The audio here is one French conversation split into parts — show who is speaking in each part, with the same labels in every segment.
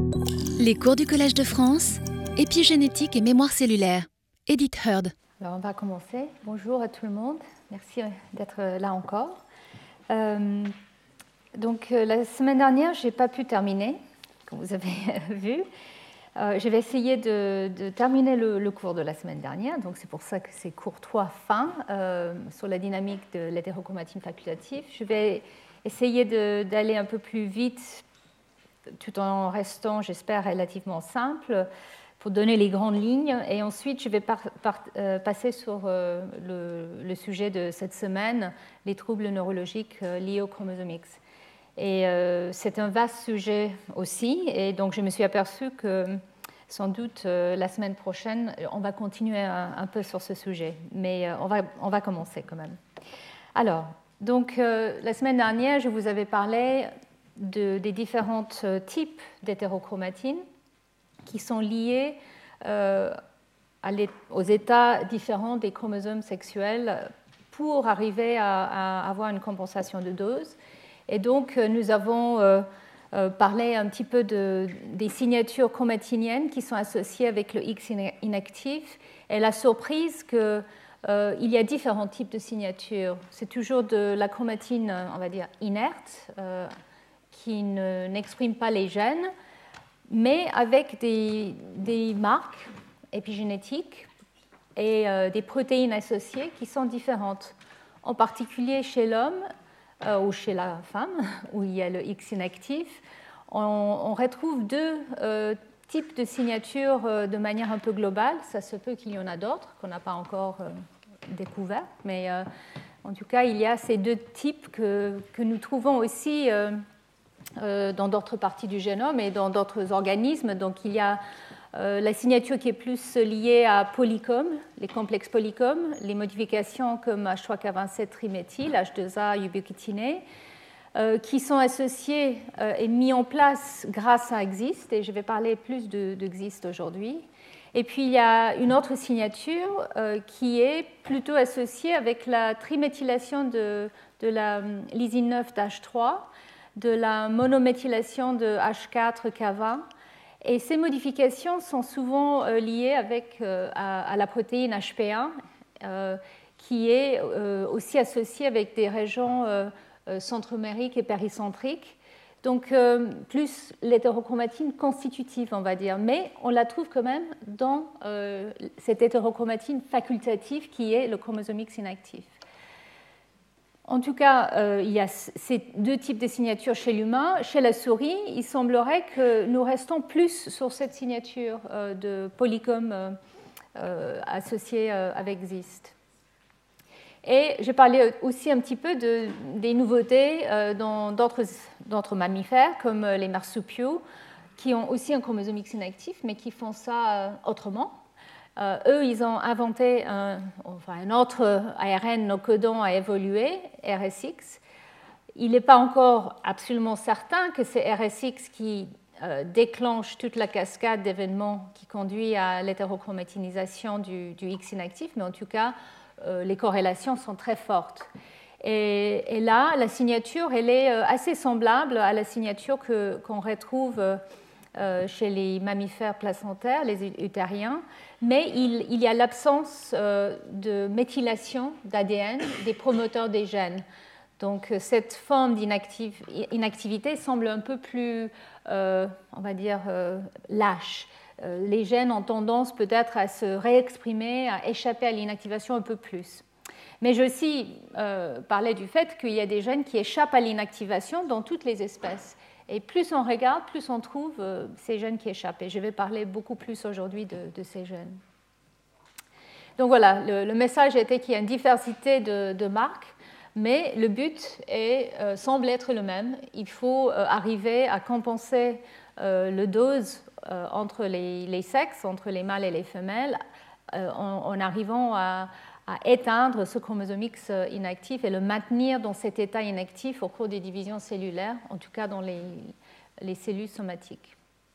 Speaker 1: Les cours du Collège de France, épigénétique et mémoire cellulaire. Edith Heard.
Speaker 2: Alors on va commencer. Bonjour à tout le monde. Merci d'être là encore. La semaine dernière, je n'ai pas pu terminer, comme vous avez vu. Je vais essayer de terminer le cours de la semaine dernière. Donc c'est pour ça que c'est cours 3 fin sur la dynamique de l'hétérochromatine facultative. Je vais essayer d'aller un peu plus vite tout en restant, j'espère, relativement simple pour donner les grandes lignes. Et ensuite, je vais passer sur le sujet de cette semaine, les troubles neurologiques liés au chromosome X. Et c'est un vaste sujet aussi. Et donc, je me suis aperçue que sans doute la semaine prochaine, on va continuer un peu sur ce sujet. Mais on va commencer quand même. Alors, donc, la semaine dernière, je vous avais parlé des différents types d'hétérochromatine qui sont liés aux états différents des chromosomes sexuels pour arriver à avoir une compensation de dose. Et donc, nous avons parlé un petit peu des signatures chromatiniennes qui sont associées avec le X inactif et la surprise qu'il y a différents types de signatures. C'est toujours de la chromatine, on va dire, inerte, qui n'exprime pas les gènes, mais avec des marques épigénétiques et des protéines associées qui sont différentes. En particulier chez l'homme ou chez la femme, où il y a le X inactif, on retrouve deux types de signatures de manière un peu globale. Ça se peut qu'il y en a d'autres qu'on n'a pas encore découverts, mais en tout cas, il y a ces deux types que nous trouvons aussi dans d'autres parties du génome et dans d'autres organismes. Donc il y a la signature qui est plus liée à polycomes, les complexes polycomes, les modifications comme H3K27 triméthyle, H2A ubiquitiné, qui sont associées et mis en place grâce à XIST, et je vais parler plus de XIST aujourd'hui. Et puis il y a une autre signature qui est plutôt associée avec la triméthylation de la lysine 9 d'H3, de la monométhylation de H4K20. Et ces modifications sont souvent liées à la protéine HP1, qui est aussi associée avec des régions centromériques et péricentriques. Donc, plus l'hétérochromatine constitutive, on va dire. Mais on la trouve quand même dans cette hétérochromatine facultative qui est le chromosome X inactif. En tout cas, il y a ces deux types de signatures chez l'humain. Chez la souris, il semblerait que nous restons plus sur cette signature de polycom associée avec XIST. Et j'ai parlé aussi un petit peu des nouveautés dans d'autres mammifères, comme les marsupiaux, qui ont aussi un chromosome X inactif, mais qui font ça autrement. Eux, ils ont inventé un autre ARN non codant à évoluer, RSX. Il n'est pas encore absolument certain que c'est RSX qui déclenche toute la cascade d'événements qui conduit à l'hétérochромatinisation du X inactif, mais en tout cas, les corrélations sont très fortes. Et là, la signature, elle est assez semblable à la signature qu'on retrouve chez les mammifères placentaires, les utériens, mais il y a l'absence de méthylation d'ADN des promoteurs des gènes. Donc cette forme d'inactivité semble un peu plus, on va dire, lâche. Les gènes ont tendance peut-être à se réexprimer, à échapper à l'inactivation un peu plus. Mais j'ai aussi parlé du fait qu'il y a des gènes qui échappent à l'inactivation dans toutes les espèces. Et plus on regarde, plus on trouve ces gènes qui échappent. Et je vais parler beaucoup plus aujourd'hui de ces gènes. Donc voilà, le message était qu'il y a une diversité de marques, mais le but semble être le même. Il faut arriver à compenser le dose entre les sexes, entre les mâles et les femelles, en arrivant à éteindre ce chromosome X inactif et le maintenir dans cet état inactif au cours des divisions cellulaires, en tout cas dans les cellules somatiques.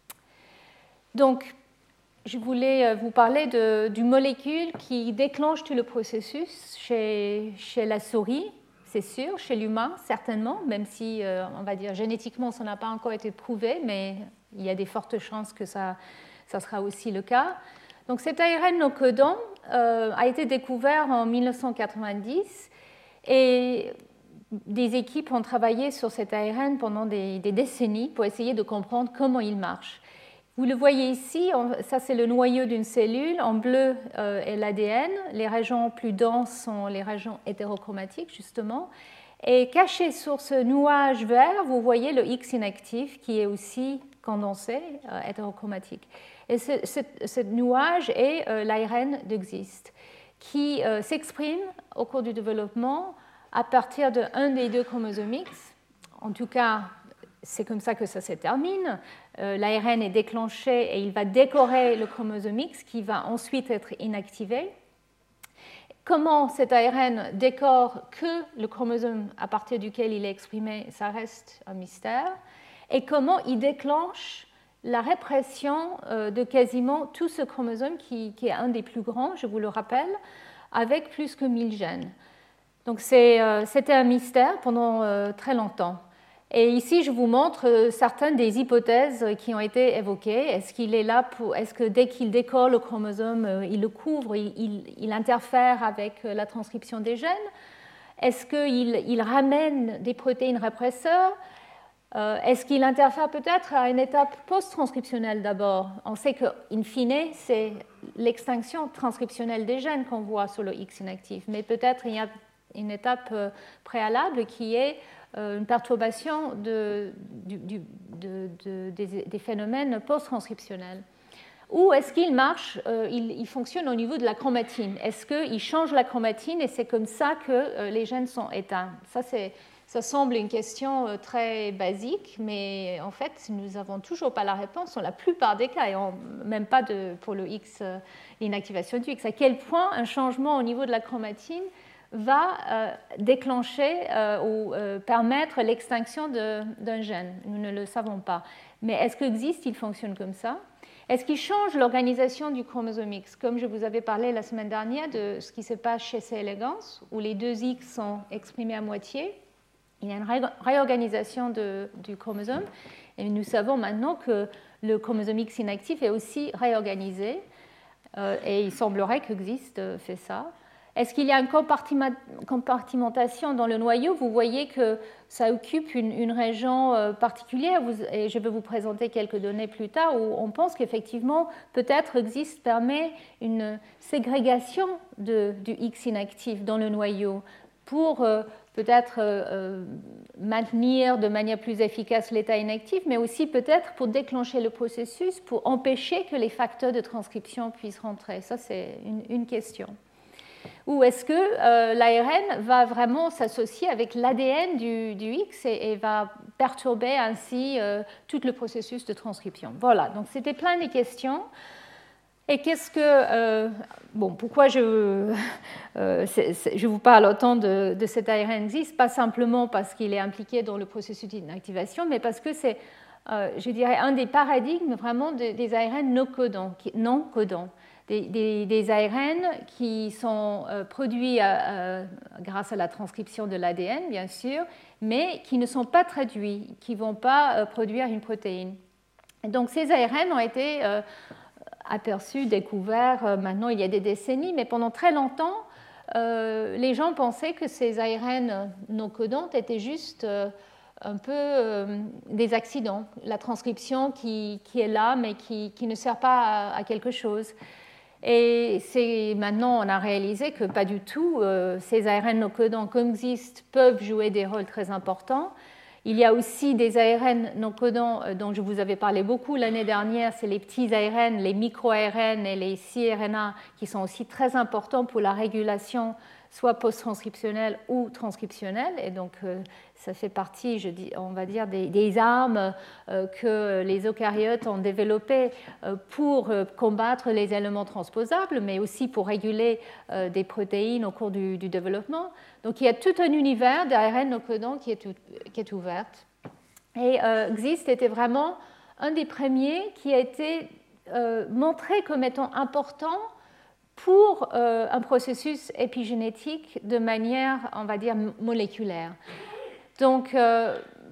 Speaker 2: Donc, je voulais vous parler d'une molécule qui déclenche tout le processus chez la souris, c'est sûr, chez l'humain certainement, même si, on va dire, génétiquement, ça n'a pas encore été prouvé, mais il y a des fortes chances que ça sera aussi le cas. Donc cet ARN non codant a été découvert en 1990 et des équipes ont travaillé sur cet ARN pendant des décennies pour essayer de comprendre comment il marche. Vous le voyez ici, ça c'est le noyau d'une cellule, en bleu est l'ADN, les régions plus denses sont les régions hétérochromatiques justement, et caché sur ce nuage vert, vous voyez le X inactif qui est aussi condensé, hétérochromatique. Et ce nuage est l'ARN de XIST, qui s'exprime au cours du développement à partir d'un des deux chromosomes X. En tout cas, c'est comme ça que ça se termine. L'ARN est déclenché et il va décorer le chromosome X qui va ensuite être inactivé. Comment cet ARN décore que le chromosome à partir duquel il est exprimé, ça reste un mystère. Et comment il déclenche la répression de quasiment tout ce chromosome qui est un des plus grands, je vous le rappelle, avec plus que 1000 gènes. Donc c'était un mystère pendant très longtemps. Et ici, je vous montre certaines des hypothèses qui ont été évoquées. Est-ce que dès qu'il décore le chromosome, il le couvre, il interfère avec la transcription des gènes? Est-ce qu'il ramène des protéines répresseurs? Est-ce qu'il interfère peut-être à une étape post-transcriptionnelle d'abord? On sait qu'in fine, c'est l'extinction transcriptionnelle des gènes qu'on voit sur le X inactif, mais peut-être il y a une étape préalable qui est une perturbation des phénomènes post-transcriptionnels. Ou est-ce qu'il marche, il fonctionne au niveau de la chromatine? Est-ce qu'il change la chromatine et c'est comme ça que les gènes sont éteints? Ça semble une question très basique, mais en fait, nous n'avons toujours pas la réponse dans la plupart des cas, et même pas pour le X, l'inactivation du X. À quel point un changement au niveau de la chromatine va déclencher ou permettre l'extinction d'un gène? Nous ne le savons pas. Mais est-ce que XIST, il fonctionne comme ça? Est-ce qu'il change l'organisation du chromosome X? Comme je vous avais parlé la semaine dernière de ce qui se passe chez C. elegans, où les deux X sont exprimés à moitié, il y a une réorganisation du chromosome. Et nous savons maintenant que le chromosome X inactif est aussi réorganisé. Et il semblerait que XIST fait ça. Est-ce qu'il y a une compartimentation dans le noyau? Vous voyez que ça occupe une région particulière, et je vais vous présenter quelques données plus tard, où on pense qu'effectivement, peut-être XIST permet une ségrégation du X inactif dans le noyau pour peut-être maintenir de manière plus efficace l'état inactif, mais aussi peut-être pour déclencher le processus, pour empêcher que les facteurs de transcription puissent rentrer. Ça, c'est une question. Ou est-ce que l'ARN va vraiment s'associer avec l'ADN du X et va perturber ainsi tout le processus de transcription? Voilà, donc c'était plein de questions. Et qu'est-ce que... pourquoi je vous parle autant de cet ARN XIST? Pas simplement parce qu'il est impliqué dans le processus d'inactivation, mais parce que c'est, je dirais, un des paradigmes vraiment des ARN non codants. Des ARN qui sont produits grâce à la transcription de l'ADN, bien sûr, mais qui ne sont pas traduits, qui ne vont pas produire une protéine. Et donc ces ARN ont été aperçus, découverts, maintenant il y a des décennies, mais pendant très longtemps, les gens pensaient que ces ARN non codantes étaient juste un peu des accidents, la transcription qui est là, mais qui ne sert pas à quelque chose. Et maintenant, on a réalisé que pas du tout, ces ARN non codants comme XIST peuvent jouer des rôles très importants. Il y a aussi des ARN non codants dont je vous avais parlé beaucoup l'année dernière, c'est les petits ARN, les micro-ARN et les cRNA qui sont aussi très importants pour la régulation soit post-transcriptionnelle ou transcriptionnelle. Et donc, ça fait partie, on va dire, des armes que les eucaryotes ont développées pour combattre les éléments transposables, mais aussi pour réguler des protéines au cours du développement. Donc, il y a tout un univers d'ARN non codants qui est ouvert. Et XIST était vraiment un des premiers qui a été montré comme étant important pour un processus épigénétique de manière, on va dire, moléculaire. Donc,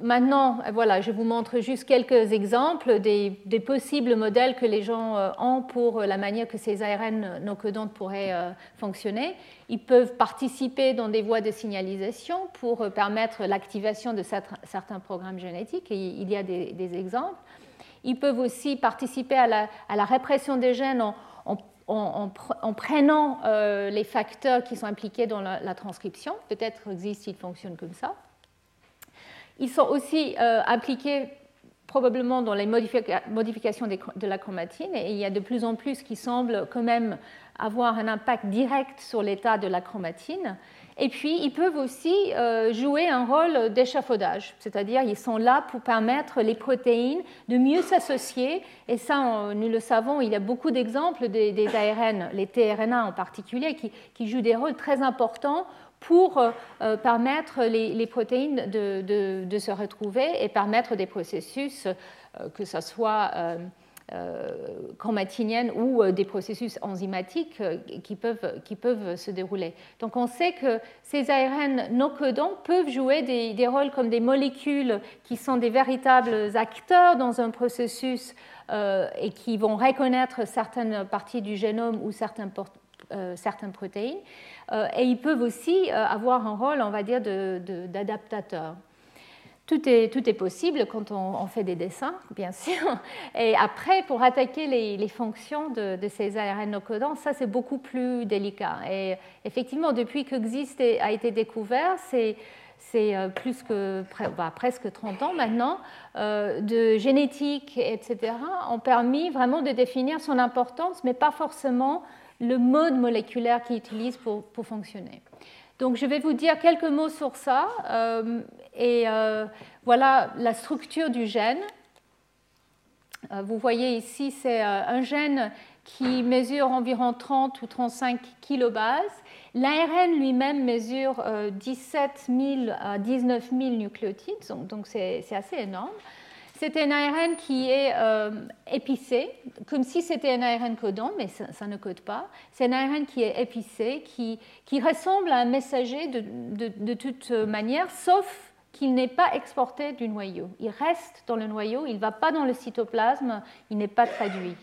Speaker 2: maintenant, voilà, je vous montre juste quelques exemples des possibles modèles que les gens ont pour la manière que ces ARN non codantes pourraient fonctionner. Ils peuvent participer dans des voies de signalisation pour permettre l'activation de certains programmes génétiques, et il y a des exemples. Ils peuvent aussi participer à la répression des gènes en prenant les facteurs qui sont impliqués dans la transcription. Peut-être existe-t-il fonctionne comme ça. Ils sont aussi impliqués probablement dans les modifications de la chromatine, et il y a de plus en plus qui semblent quand même avoir un impact direct sur l'état de la chromatine. Et puis, ils peuvent aussi jouer un rôle d'échafaudage, c'est-à-dire ils sont là pour permettre les protéines de mieux s'associer. Et ça, nous le savons, il y a beaucoup d'exemples des ARN, les tRNA en particulier, qui jouent des rôles très importants pour permettre les protéines de se retrouver et permettre des processus, que ce soit chromatiniennes ou des processus enzymatiques qui peuvent se dérouler. Donc on sait que ces ARN non codants peuvent jouer des rôles comme des molécules qui sont des véritables acteurs dans un processus et qui vont reconnaître certaines parties du génome ou certaines protéines. Et ils peuvent aussi avoir un rôle, on va dire, d'adaptateur. Tout est possible quand on fait des dessins, bien sûr. Et après, pour attaquer les fonctions de ces ARN non codants, ça c'est beaucoup plus délicat. Et effectivement, depuis qu'Exist a été découvert, c'est plus que presque 30 ans maintenant, de génétique, etc., ont permis vraiment de définir son importance, mais pas forcément le mode moléculaire qu'il utilise pour fonctionner. Donc je vais vous dire quelques mots sur ça. Voilà la structure du gène. Vous voyez ici, c'est un gène qui mesure environ 30 ou 35 kilobases. L'ARN lui-même mesure 17 000 à 19 000 nucléotides, donc c'est assez énorme. C'est un ARN qui est épicé, comme si c'était un ARN codant, mais ça ne code pas. C'est un ARN qui est épicé, qui ressemble à un messager de toute manière, sauf qu'il n'est pas exporté du noyau. Il reste dans le noyau, il ne va pas dans le cytoplasme, il n'est pas traduit.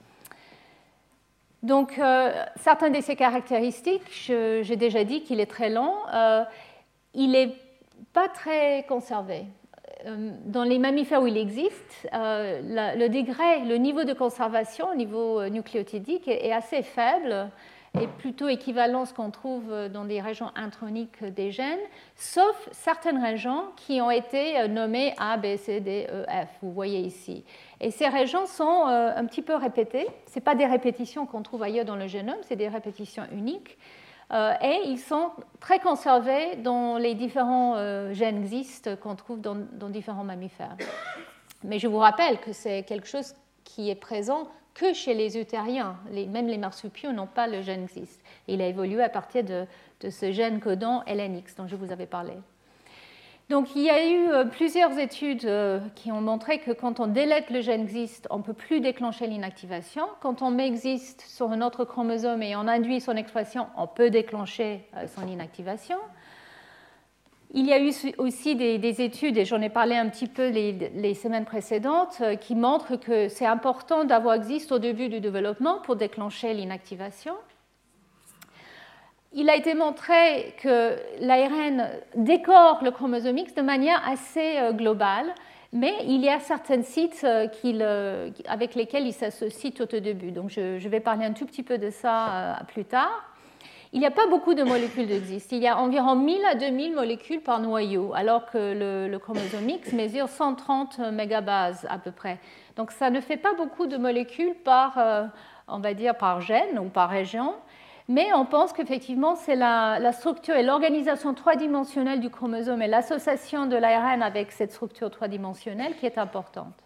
Speaker 2: Donc, certaines de ces caractéristiques, j'ai déjà dit qu'il est très lent, il n'est pas très conservé. Dans les mammifères où il existe, le niveau de conservation au niveau nucléotidique est assez faible et plutôt équivalent à ce qu'on trouve dans des régions introniques des gènes, sauf certaines régions qui ont été nommées A, B, C, D, E, F, vous voyez ici. Et ces régions sont un petit peu répétées. Ce ne sont pas des répétitions qu'on trouve ailleurs dans le génome, c'est des répétitions uniques. Et ils sont très conservés dans les différents gènes existent qu'on trouve dans différents mammifères. Mais je vous rappelle que c'est quelque chose qui est présent que chez les euthériens. Même les marsupiaux n'ont pas le gène existe. Il a évolué à partir de ce gène codant LNX dont je vous avais parlé. Donc il y a eu plusieurs études qui ont montré que quand on délète le gène existe, on ne peut plus déclencher l'inactivation. Quand on met existe sur un autre chromosome et on induit son expression, on peut déclencher son inactivation. Il y a eu aussi des études, et j'en ai parlé un petit peu les semaines précédentes, qui montrent que c'est important d'avoir existe au début du développement pour déclencher l'inactivation. Il a été montré que l'ARN décore le chromosome X de manière assez globale, mais il y a certains sites avec lesquels il s'associe tout au début. Donc je vais parler un tout petit peu de ça plus tard. Il n'y a pas beaucoup de molécules d'existe. Il y a environ 1000 à 2000 molécules par noyau, alors que le chromosome X mesure 130 mégabases à peu près. Donc ça ne fait pas beaucoup de molécules on va dire, par gène ou par région. Mais on pense qu'effectivement, c'est la structure et l'organisation trois-dimensionnelle du chromosome et l'association de l'ARN avec cette structure trois-dimensionnelle qui est importante.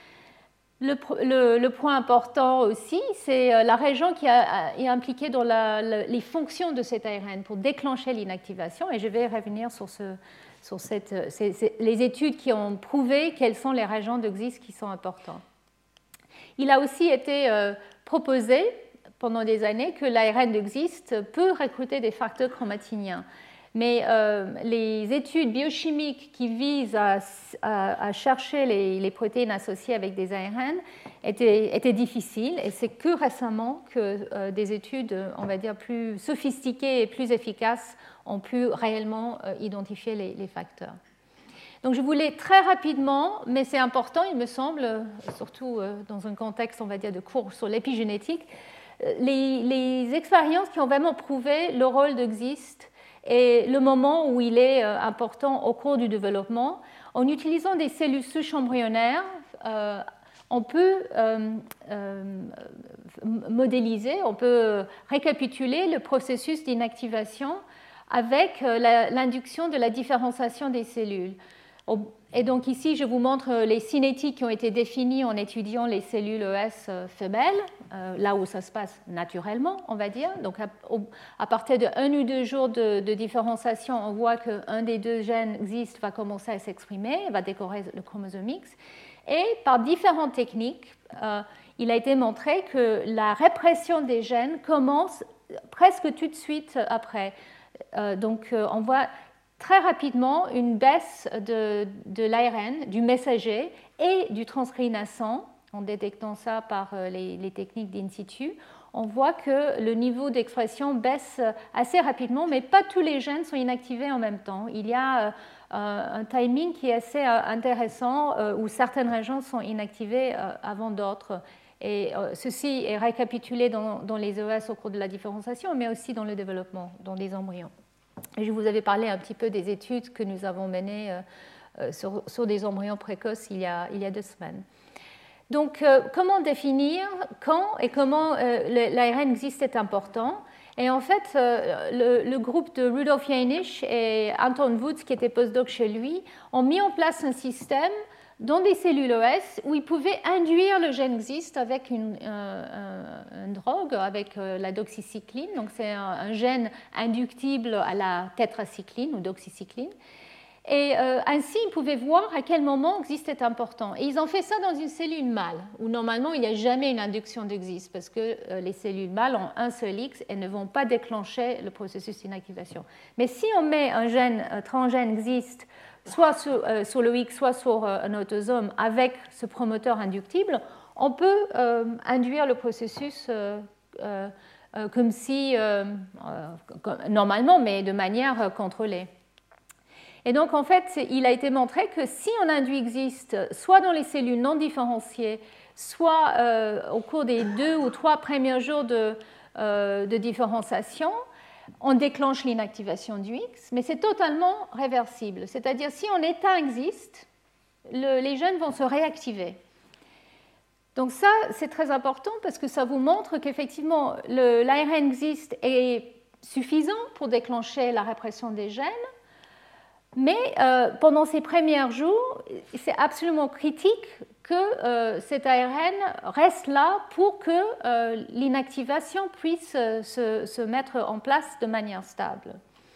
Speaker 2: Le point important aussi, c'est la région qui est impliquée dans les fonctions de cet ARN pour déclencher l'inactivation. Et je vais revenir sur les études qui ont prouvé quelles sont les régions d'existe qui sont importantes. Il a aussi été proposé pendant des années que l'ARN existe peut recruter des facteurs chromatiniens. Mais les études biochimiques qui visent à chercher les protéines associées avec des ARN étaient difficiles, et c'est que récemment que des études, on va dire, plus sophistiquées et plus efficaces ont pu réellement identifier les facteurs. Donc je voulais très rapidement, mais c'est important, il me semble, surtout dans un contexte, on va dire, de cours sur l'épigénétique, les expériences qui ont vraiment prouvé le rôle de XIST et le moment où il est important au cours du développement. En utilisant des cellules souches embryonnaires, on peut modéliser, on peut récapituler le processus d'inactivation avec l'induction de la différenciation des cellules. Et donc ici, je vous montre les cinétiques qui ont été définis en étudiant les cellules ES femelles, là où ça se passe naturellement, on va dire. Donc à partir de 1 ou 2 jours de différenciation, on voit qu'un des 2 gènes XIST va commencer à s'exprimer, va décorer le chromosome X. Et par différentes techniques, il a été montré que la répression des gènes commence presque tout de suite après. Donc on voit très rapidement une baisse de l'ARN, du messager et du transcrit naissant, en détectant ça par les techniques d'in situ. On voit que le niveau d'expression baisse assez rapidement, mais pas tous les gènes sont inactivés en même temps. Il y a un timing qui est assez intéressant où certaines régions sont inactivées avant d'autres. Et ceci est récapitulé dans les ES au cours de la différenciation, mais aussi dans le développement, dans les embryons. Je vous avais parlé un petit peu des études que nous avons menées sur des embryons précoces il y a 2 semaines. Donc, comment définir quand et comment l'ARN XIST est important? Et en fait, le groupe de Rudolf Jaenisch et Anton Woods, qui était postdoc chez lui, ont mis en place un système dans des cellules ES où ils pouvaient induire le gène XIST avec une drogue, avec la doxycycline. Donc c'est un gène inductible à la tétracycline ou doxycycline. Et ainsi, ils pouvaient voir à quel moment XIST est important. Et ils ont fait ça dans une cellule mâle, où normalement il n'y a jamais une induction de XIST, parce que les cellules mâles ont un seul X et ne vont pas déclencher le processus d'inactivation. Mais si on met un gène transgène XIST soit sur le X, soit sur un autosome avec ce promoteur inductible, on peut induire le processus comme si, normalement, mais de manière contrôlée. Et donc, en fait, il a été montré que si on induit XIST, soit dans les cellules non différenciées, soit au cours des 2 ou 3 premiers jours de différenciation, on déclenche l'inactivation du X, mais c'est totalement réversible. C'est-à-dire, si on éteint XIST, les gènes vont se réactiver. Donc ça, c'est très important parce que ça vous montre qu'effectivement, l'ARN XIST est suffisant pour déclencher la répression des gènes, mais pendant ces premiers jours, c'est absolument critique que cet ARN reste là pour que l'inactivation puisse se mettre en place de manière stable.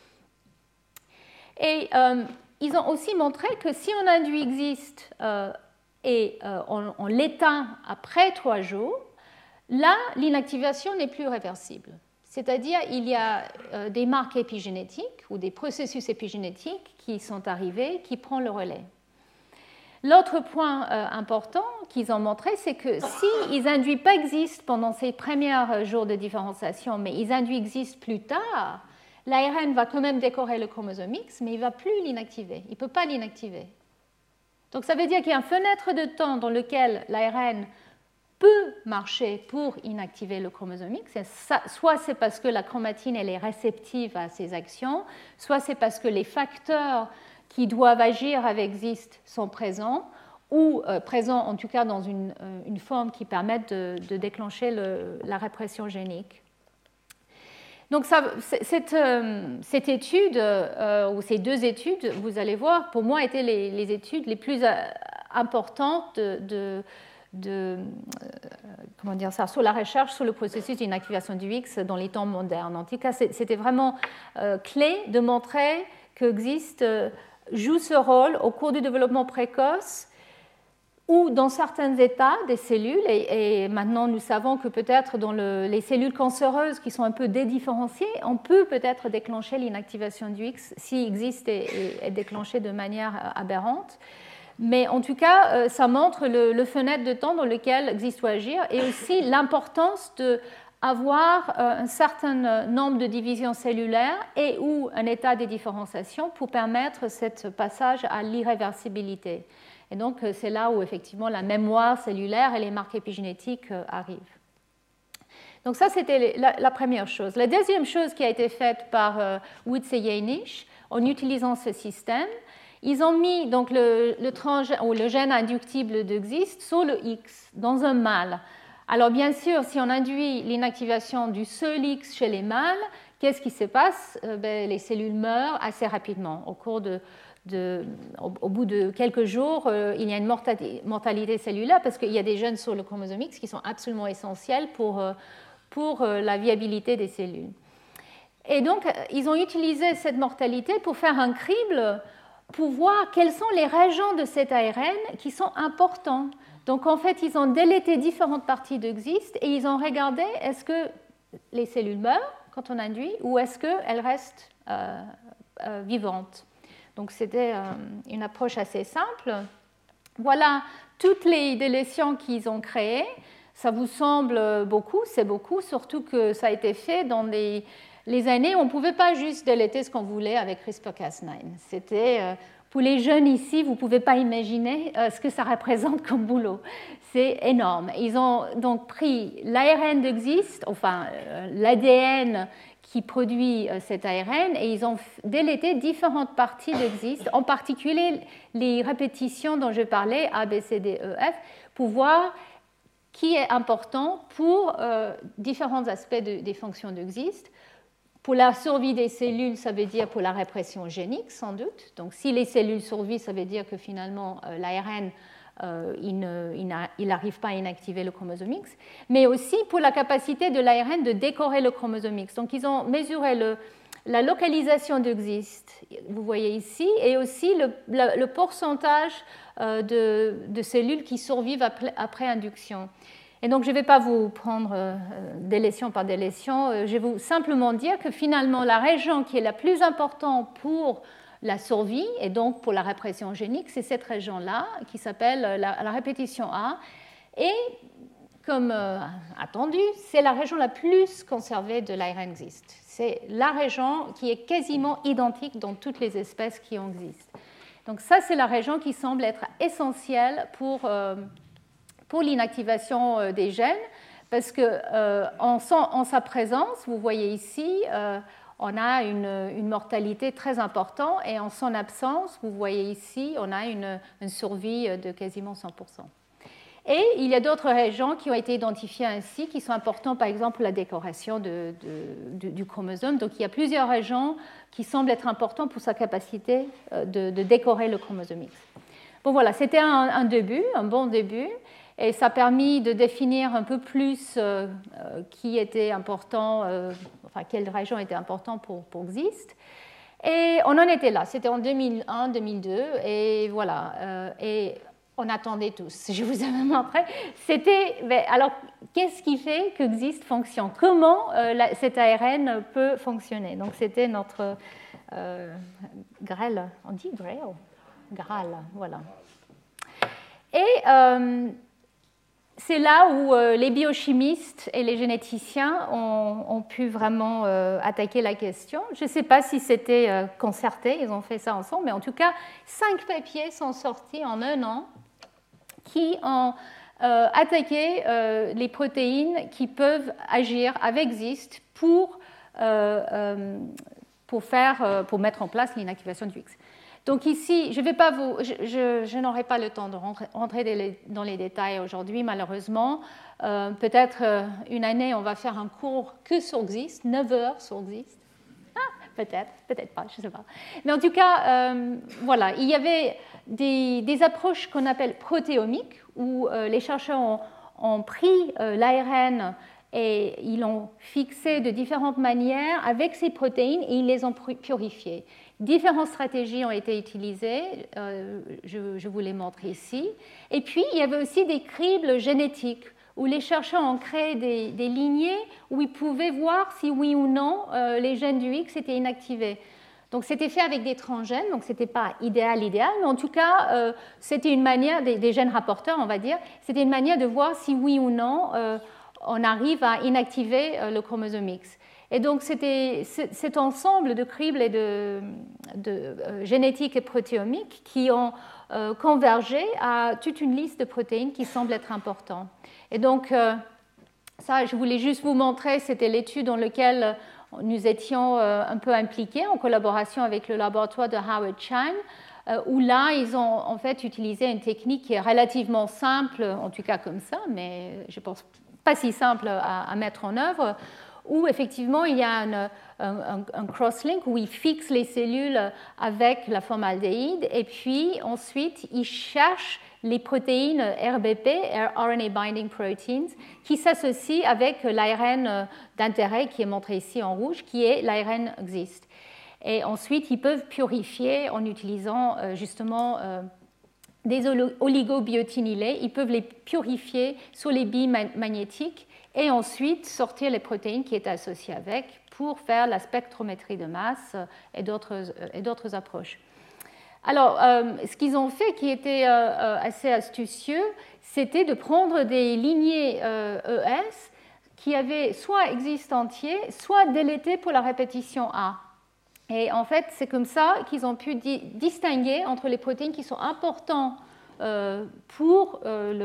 Speaker 2: Et ils ont aussi montré que si on induit XIST et on l'éteint après 3 jours, là, l'inactivation n'est plus réversible. C'est-à-dire il y a des marques épigénétiques ou des processus épigénétiques qui sont arrivés, qui prennent le relais. L'autre point important qu'ils ont montré, c'est que s'ils n'induisent pas XIST pendant ces premiers jours de différenciation, mais ils induisent XIST plus tard, l'ARN va quand même décorer le chromosome X, mais il ne va plus l'inactiver. Il ne peut pas l'inactiver. Donc ça veut dire qu'il y a une fenêtre de temps dans laquelle l'ARN peut marcher pour inactiver le chromosome X. Soit c'est parce que la chromatine elle est réceptive à ces actions, soit c'est parce que les facteurs qui doivent agir avec XIST sont présents, ou présents en tout cas dans une forme qui permette de déclencher la répression génique. Donc cette étude, ou ces 2 études, vous allez voir, pour moi, étaient les études les plus importantes comment dire ça, sur la recherche sur le processus d'inactivation du X dans les temps modernes. En tout cas, c'était vraiment clé de montrer que XIST joue ce rôle au cours du développement précoce ou dans certains états des cellules, et maintenant nous savons que peut-être dans les cellules cancéreuses qui sont un peu dédifférenciées, on peut peut-être déclencher l'inactivation du X si existe et est déclenchée de manière aberrante. Mais en tout cas, ça montre le fenêtre de temps dans lequel X doit agir et aussi l'importance d'avoir un certain nombre de divisions cellulaires et ou un état de différenciation pour permettre ce passage à l'irréversibilité. Et donc, c'est là où effectivement la mémoire cellulaire et les marques épigénétiques arrivent. Donc ça, c'était la première chose. La deuxième chose qui a été faite par Woods et Jaenisch en utilisant ce système, ils ont mis donc le gène inductible de XIST sur le X dans un mâle. Alors bien sûr, si on induit l'inactivation du seul X chez les mâles, qu'est-ce qui se passe? Les cellules meurent assez rapidement. Au bout de quelques jours, il y a une mortalité cellulaire parce qu'il y a des gènes sur le chromosome X qui sont absolument essentiels pour la viabilité des cellules. Et donc, ils ont utilisé cette mortalité pour faire un crible pour voir quelles sont les régions de cet ARN qui sont importants. Donc, en fait, ils ont délété différentes parties de XIST et ils ont regardé est-ce que les cellules meurent quand on induit ou est-ce qu'elles restent vivantes. Donc, c'était une approche assez simple. Voilà toutes les délétions qu'ils ont créées. Ça vous semble beaucoup, c'est beaucoup, surtout que ça a été fait dans les années où on ne pouvait pas juste déléter ce qu'on voulait avec CRISPR-Cas9. C'était, pour les jeunes ici, vous ne pouvez pas imaginer ce que ça représente comme boulot. C'est énorme. Ils ont donc pris l'ARN de XIST, enfin l'ADN qui produit cet ARN, et ils ont délété différentes parties de XIST, en particulier les répétitions dont je parlais, A, B, C, D, E, F, pour voir qui est important pour différents aspects des fonctions de XIST. Pour la survie des cellules, ça veut dire pour la répression génique, sans doute. Donc, si les cellules survivent, ça veut dire que finalement, l'ARN, il n'arrive pas à inactiver le chromosome X. Mais aussi pour la capacité de l'ARN de décorer le chromosome X. Donc, ils ont mesuré la localisation de XIST, vous voyez ici, et aussi le pourcentage de cellules qui survivent après induction. Et donc, je ne vais pas vous prendre délétion par délétion, je vais vous simplement dire que finalement, la région qui est la plus importante pour la survie et donc pour la répression génique, c'est cette région-là qui s'appelle la répétition A. Et comme attendu, c'est la région la plus conservée de l'ARN XIST. C'est la région qui est quasiment identique dans toutes les espèces qui en existent. Donc ça, c'est la région qui semble être essentielle pour l'inactivation des gènes, parce qu'en sa présence, vous voyez ici, on a une mortalité très importante, et en son absence, vous voyez ici, on a une survie de quasiment 100%. Et il y a d'autres régions qui ont été identifiées ainsi, qui sont importantes, par exemple, pour la décoration du chromosome. Donc il y a plusieurs régions qui semblent être importantes pour sa capacité de décorer le chromosome X. Bon voilà, c'était un début, un bon début. Et ça a permis de définir un peu plus qui était important, enfin quelle région était importante pour XIST. Et on en était là, c'était en 2001, 2002, et voilà. Et on attendait tous, je vous ai même montré. Alors, qu'est-ce qui fait que XIST fonctionne? Comment cet ARN peut fonctionner? Donc, c'était notre GRAL, on dit GRAL? GRAL, voilà. Et c'est là où les biochimistes et les généticiens ont pu vraiment attaquer la question. Je ne sais pas si c'était concerté, ils ont fait ça ensemble, mais en tout cas, 5 papiers sont sortis en un an qui ont attaqué les protéines qui peuvent agir avec XIST pour mettre en place l'inactivation du X. Donc ici, je n'aurai pas le temps de rentrer dans les détails aujourd'hui, malheureusement. Peut-être une année, on va faire un cours que sur XIST, 9 heures sur XIST. Peut-être pas, je ne sais pas. Mais en tout cas, voilà, il y avait des approches qu'on appelle protéomiques, où les chercheurs ont pris l'ARN et ils l'ont fixé de différentes manières avec ces protéines et ils les ont purifiées. Différentes stratégies ont été utilisées, je vous les montre ici. Et puis, il y avait aussi des cribles génétiques où les chercheurs ont créé des lignées où ils pouvaient voir si oui ou non les gènes du X étaient inactivés. Donc, c'était fait avec des transgènes, donc ce n'était pas idéal, mais en tout cas, c'était une manière, des gènes rapporteurs, on va dire, c'était une manière de voir si oui ou non on arrive à inactiver le chromosome X. Et donc, c'était cet ensemble de cribles et de génétique et protéomique qui ont convergé à toute une liste de protéines qui semblent être importantes. Et donc, ça, je voulais juste vous montrer, c'était l'étude dans laquelle nous étions un peu impliqués en collaboration avec le laboratoire de Howard Chang, où là, ils ont en fait utilisé une technique qui est relativement simple, en tout cas comme ça, mais je pense pas si simple à mettre en œuvre, où effectivement il y a un cross-link où ils fixent les cellules avec la formaldéhyde et puis ensuite ils cherchent les protéines RBP, RNA Binding Proteins, qui s'associent avec l'ARN d'intérêt qui est montré ici en rouge, qui est l'ARN XIST. Et ensuite, ils peuvent purifier en utilisant justement des oligobiotinylés. Ils peuvent les purifier sur les billes magnétiques et ensuite sortir les protéines qui étaient associées avec pour faire la spectrométrie de masse et d'autres approches. Alors, ce qu'ils ont fait qui était assez astucieux, c'était de prendre des lignées ES qui avaient soit XIST entier, soit délété pour la répétition A. Et en fait, c'est comme ça qu'ils ont pu distinguer entre les protéines qui sont importantes pour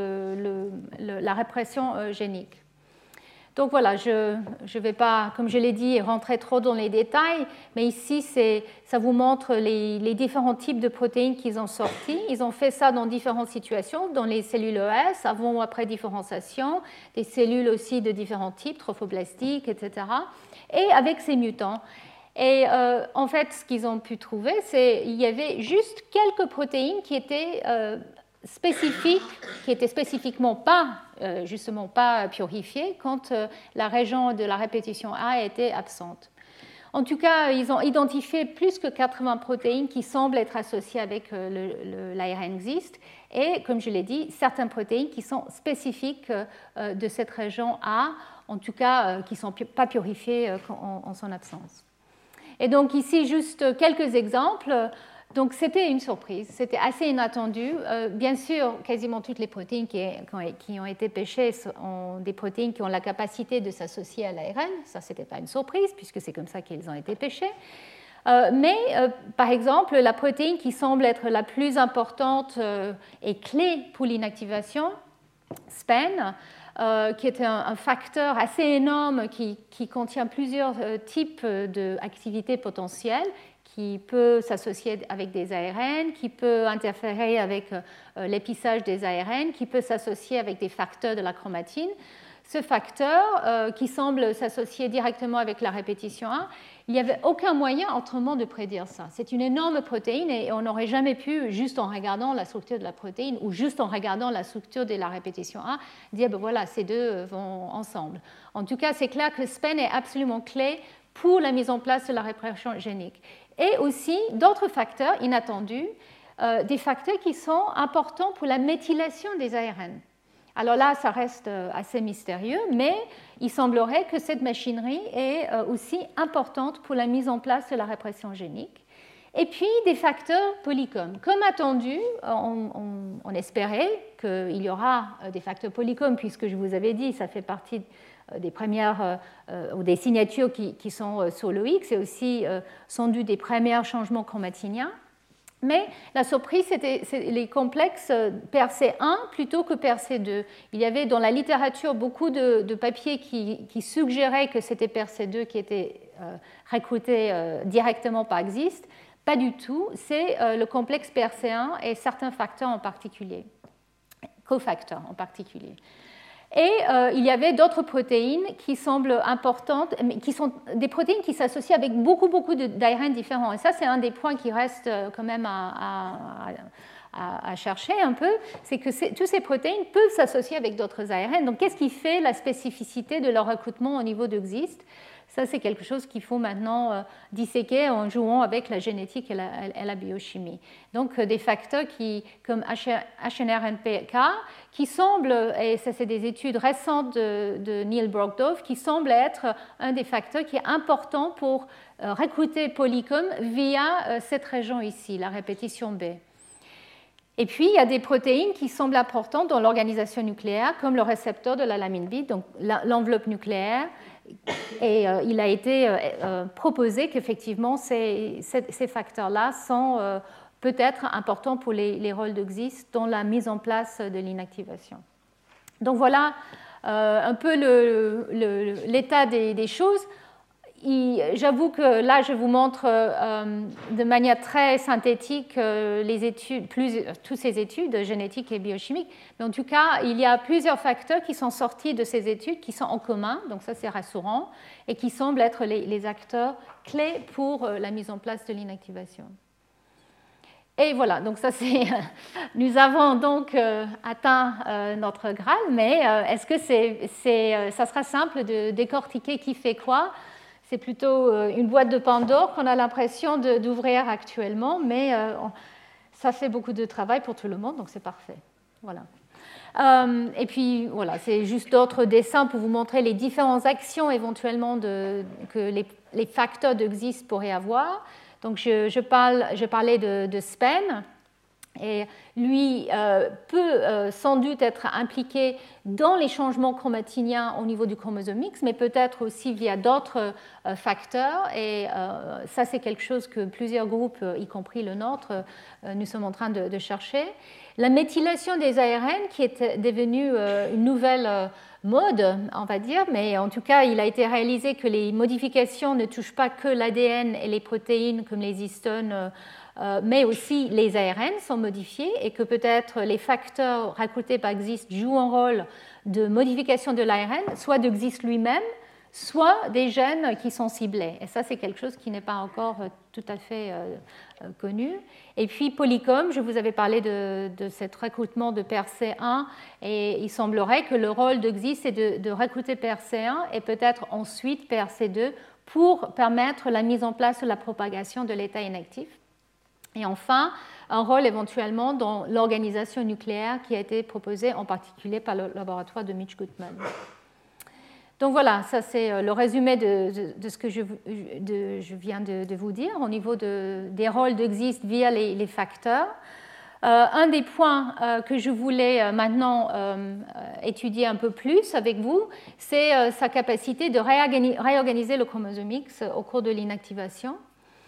Speaker 2: la répression génique. Donc voilà, je ne vais pas, comme je l'ai dit, rentrer trop dans les détails, mais ici, ça vous montre les différents types de protéines qu'ils ont sortis. Ils ont fait ça dans différentes situations, dans les cellules ES, avant ou après différenciation, des cellules aussi de différents types, trophoblastiques, etc., et avec ces mutants. Et en fait, ce qu'ils ont pu trouver, c'est qu'il y avait juste quelques protéines qui étaient spécifiques, qui n'étaient spécifiquement justement pas purifiées quand la région de la répétition A était absente. En tout cas, ils ont identifié plus que 80 protéines qui semblent être associées avec l'ARN XIST et, comme je l'ai dit, certaines protéines qui sont spécifiques de cette région A, en tout cas qui ne sont pas purifiées en son absence. Et donc ici, juste quelques exemples. Donc c'était une surprise, c'était assez inattendu. Bien sûr, quasiment toutes les protéines qui ont été pêchées sont des protéines qui ont la capacité de s'associer à l'ARN. Ça, ce n'était pas une surprise, puisque c'est comme ça qu'ils ont été pêchées. Mais, par exemple, la protéine qui semble être la plus importante et clé pour l'inactivation, SPEN, qui est un facteur assez énorme qui contient plusieurs types d'activités potentielles, qui peut s'associer avec des ARN, qui peut interférer avec l'épissage des ARN, qui peut s'associer avec des facteurs de la chromatine. Ce facteur, qui semble s'associer directement avec la répétition 1, il n'y avait aucun moyen autrement de prédire ça. C'est une énorme protéine et on n'aurait jamais pu, juste en regardant la structure de la protéine ou juste en regardant la structure de la répétition 1, dire ben voilà, ces deux vont ensemble. En tout cas, c'est clair que SPEN est absolument clé pour la mise en place de la répression génique. Et aussi d'autres facteurs inattendus, des facteurs qui sont importants pour la méthylation des ARN. Alors là, ça reste assez mystérieux, mais il semblerait que cette machinerie est aussi importante pour la mise en place de la répression génique. Et puis des facteurs polycomes. Comme attendu, on espérait qu'il y aura des facteurs polycomes, puisque je vous avais dit, ça fait partie des premières ou des signatures qui sont sur le X et aussi sans doute des premiers changements chromatiniens. Mais la surprise, c'était les complexes PRC1 plutôt que PRC2. Il y avait dans la littérature beaucoup de papiers qui suggéraient que c'était PRC2 qui était recruté directement par XIST. Pas du tout, c'est le complexe PRC1 et certains facteurs en particulier, cofacteurs en particulier. Et il y avait d'autres protéines qui semblent importantes, mais qui sont des protéines qui s'associent avec beaucoup d'ARN différents. Et ça, c'est un des points qui reste quand même à à chercher un peu, c'est que toutes ces protéines peuvent s'associer avec d'autres ARN. Donc, qu'est-ce qui fait la spécificité de leur recrutement au niveau de XIST? Ça, c'est quelque chose qu'il faut maintenant disséquer en jouant avec la génétique et la biochimie. Donc, des facteurs comme HNRNPK, qui semblent, et ça c'est des études récentes de Neil Brogdorf, qui semblent être un des facteurs qui est important pour recruter polycom via cette région ici, la répétition B. Et puis, il y a des protéines qui semblent importantes dans l'organisation nucléaire, comme le récepteur de la lamine B, donc l'enveloppe nucléaire. Et il a été proposé qu'effectivement, ces facteurs-là sont peut-être importants pour les rôles de XIST dans la mise en place de l'inactivation. Donc voilà un peu l'état des choses. J'avoue que là, je vous montre de manière très synthétique toutes ces études génétiques et biochimiques. Mais en tout cas, il y a plusieurs facteurs qui sont sortis de ces études, qui sont en commun, donc ça c'est rassurant, et qui semblent être les acteurs clés pour la mise en place de l'inactivation. Et voilà, donc ça c'est. Nous avons donc atteint notre Graal, mais est-ce que ça sera simple de décortiquer qui fait quoi? C'est plutôt une boîte de Pandore qu'on a l'impression d'ouvrir actuellement, mais ça fait beaucoup de travail pour tout le monde, donc c'est parfait. Voilà. Et puis, voilà, c'est juste d'autres dessins pour vous montrer les différentes actions éventuellement que les facteurs de XIST pourraient avoir. Donc, je parlais de Spen. Et lui peut sans doute être impliqué dans les changements chromatiniens au niveau du chromosome X, mais peut-être aussi via d'autres facteurs. Et ça, c'est quelque chose que plusieurs groupes, y compris le nôtre, nous sommes en train de chercher. La méthylation des ARN, qui est devenue une nouvelle mode, on va dire, mais en tout cas, il a été réalisé que les modifications ne touchent pas que l'ADN et les protéines comme les histones, mais aussi les ARN sont modifiés et que peut-être les facteurs recrutés par XIST jouent un rôle de modification de l'ARN, soit de XIST lui-même, soit des gènes qui sont ciblés. Et ça, c'est quelque chose qui n'est pas encore tout à fait connu. Et puis, polycom, je vous avais parlé de ce recrutement de PRC1, et il semblerait que le rôle de XIST est de recruter PRC1 et peut-être ensuite PRC2 pour permettre la mise en place de la propagation de l'état inactif. Et enfin, un rôle éventuellement dans l'organisation nucléaire qui a été proposée en particulier par le laboratoire de Mitch Gutman. Donc voilà, ça c'est le résumé de ce que je viens de vous dire au niveau des rôles de XIST via les facteurs. Un des points que je voulais maintenant étudier un peu plus avec vous, c'est sa capacité de réorganiser le chromosome X au cours de l'inactivation.